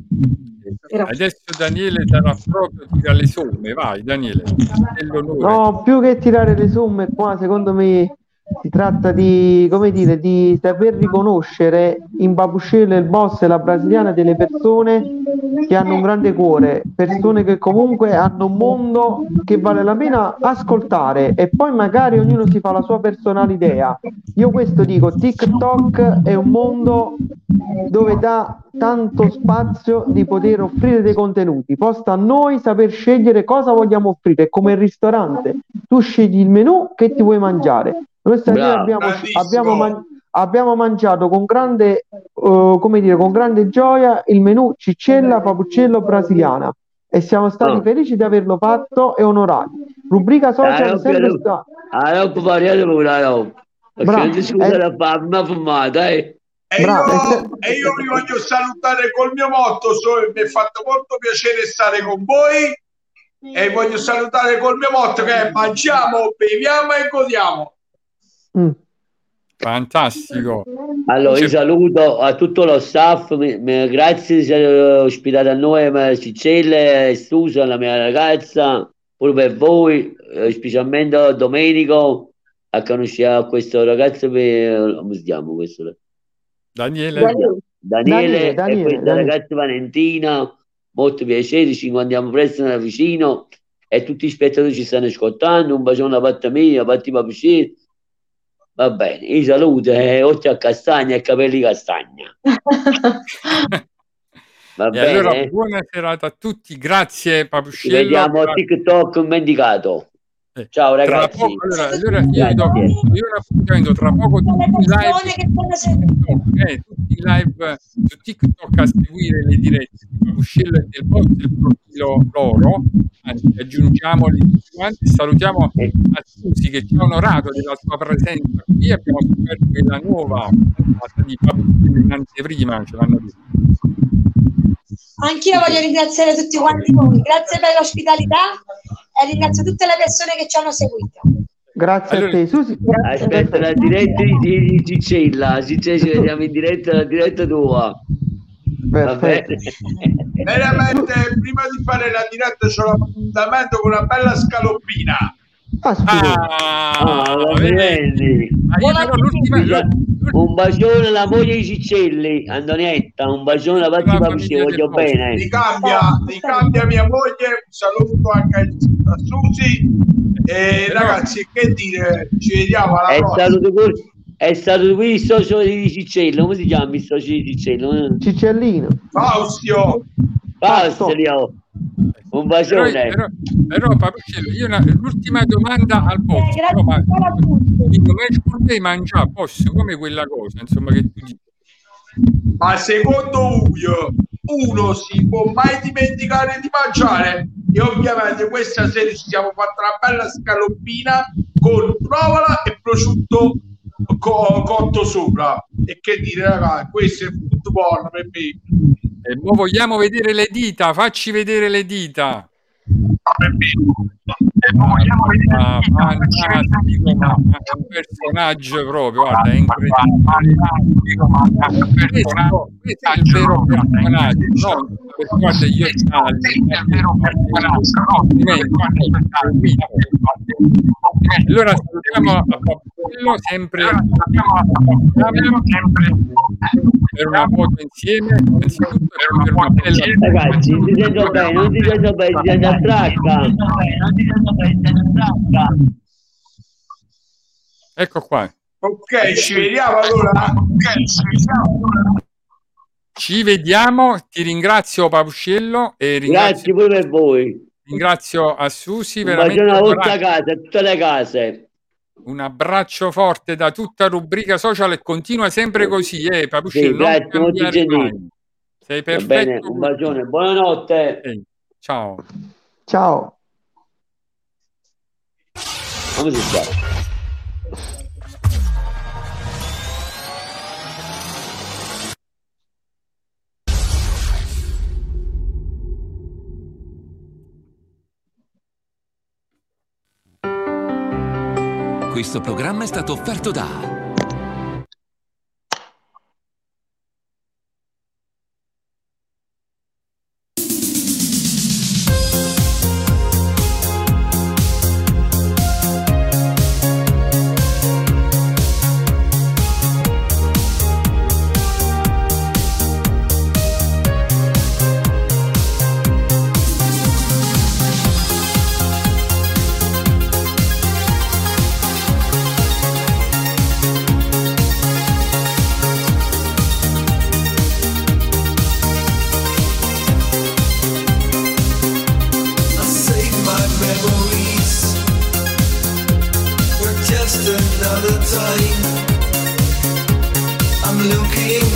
adesso Daniele darà proprio tira le somme, vai Daniele, dell'onore. No, più che tirare le somme qua, secondo me si tratta di, come dire, di saper riconoscere in Papuccello e il boss e la brasiliana delle persone che hanno un grande cuore, persone che comunque hanno un mondo che vale la pena ascoltare e poi magari ognuno si fa la sua personale idea. Io questo dico, TikTok è un mondo dove dà tanto spazio di poter offrire dei contenuti, poi sta a noi saper scegliere cosa vogliamo offrire, è come il ristorante, tu scegli il menù che ti vuoi mangiare. Noi stasera Bravo. abbiamo, Bravissimo. abbiamo, man- abbiamo mangiato con grande, eh, come dire, con grande gioia il menù Ciccella Papuccello brasiliana e siamo stati Oh. felici di averlo fatto e onorati. Rubrica Ah, social no, sempre però- sta. Ah, non parliamo pure, no. Perché Bravo, non ti scusa eh. la fare una fumata, eh. E Bravo, io, e se- e io vi voglio salutare col mio motto, so- mi è fatto molto piacere stare con voi e voglio salutare col mio motto che è mangiamo, beviamo e godiamo. Mm. Fantastico. Allora, io C'è- saluto a tutto lo staff, mi- mi- grazie di essere ospitato a noi, ma Ciccelle e Susan, la mia ragazza, pure per voi, eh, specialmente a Domenico, a conoscere questo ragazzo, per, come si chiama questo? Daniele, Daniele. Daniele, Daniele, e questa Daniele. ragazza Valentina, molto piacere, ci incontriamo presto da vicino e tutti gli spettatori ci stanno ascoltando, un bacione da parte mia, da parte di Papuccello. Va bene, io saluto, eh, occhi a castagna e capelli castagna. Va e bene, allora eh? buona serata a tutti, grazie Ci Papuccello. vediamo a Grazie. TikTok mendicato. Eh, Ciao Tra ragazzi. poco, allora, allora io vi do Grazie. io un appuntamento tra poco tutti in persone che stanno seguendo. live, eh, tutti in live su TikTok a seguire le dirette di Papuccello e del boss del profilo loro. Anzi, aggiungiamoli tutti quanti. Salutiamo a Susi che ci ha onorato della sua presenza qui. Abbiamo scoperto che la nuova puntata di Papuccello in anteprima ce l'hanno detto. Anch'io voglio ringraziare tutti quanti voi. Grazie per l'ospitalità e ringrazio tutte le persone che ci hanno seguito. Grazie Allora- a te, Susi. Aspetta la diretta di, di, di Ciccella, Ciccella ci vediamo in diretta, la diretta tua. Va Perfetto. bene? Veramente, prima di fare la diretta c'ho l'appuntamento con una bella scaloppina. Ah, complimenti. Un bacione alla moglie di Ciccelli, Antonietta, un bacione da parte di Papuccello, voglio bene. Mi cambia, mi cambia mia moglie, un saluto anche a Susi e ragazzi, che dire, ci vediamo alla è prossima. stato, pure, è stato qui il socio di Ciccello, come si chiama il socio di Ciccello? Ciccellino. Faustio. Faustio. Un bacione. Però, però, però Papuccello, io una, l'ultima domanda al boss. Eh, No, ma dico, ma devi mangiare, posso, come quella cosa, insomma, che tu dici. Ma secondo Uio, uno si può mai dimenticare di mangiare? E ovviamente questa sera ci siamo fatti una bella scaloppina con provola e prosciutto co- cotto sopra. E che dire, ragazzi, questo è food porn per me. E mo vogliamo vedere le dita, facci vedere le dita. Ah, fantastico, ma è un personaggio proprio, guarda, è incredibile. Questo, questo è il vero personaggio, no? Per guarda io allora salutiamo a Papuccello sempre per una foto insieme, innanzitutto per una bella. Ragazzi, non ti sento bene, non ti sento bene, ti sento a tracca. Ecco qua. Ok, ci vediamo allora. Ok, ci vediamo allora. Ci vediamo, ti ringrazio Papuccello e ringrazio, grazie pure per voi. Ringrazio a Susi, un veramente bacione a vostra casa, a tutte le case. Un abbraccio forte da tutta Rubrica Social e continua sempre così, eh Papuccello, sì, grazie, non cambiare mai. Sei perfetto. Va bene, un bacione, buonanotte. Eh, ciao. Ciao. Come si sta? Questo programma è stato offerto da Another time I'm looking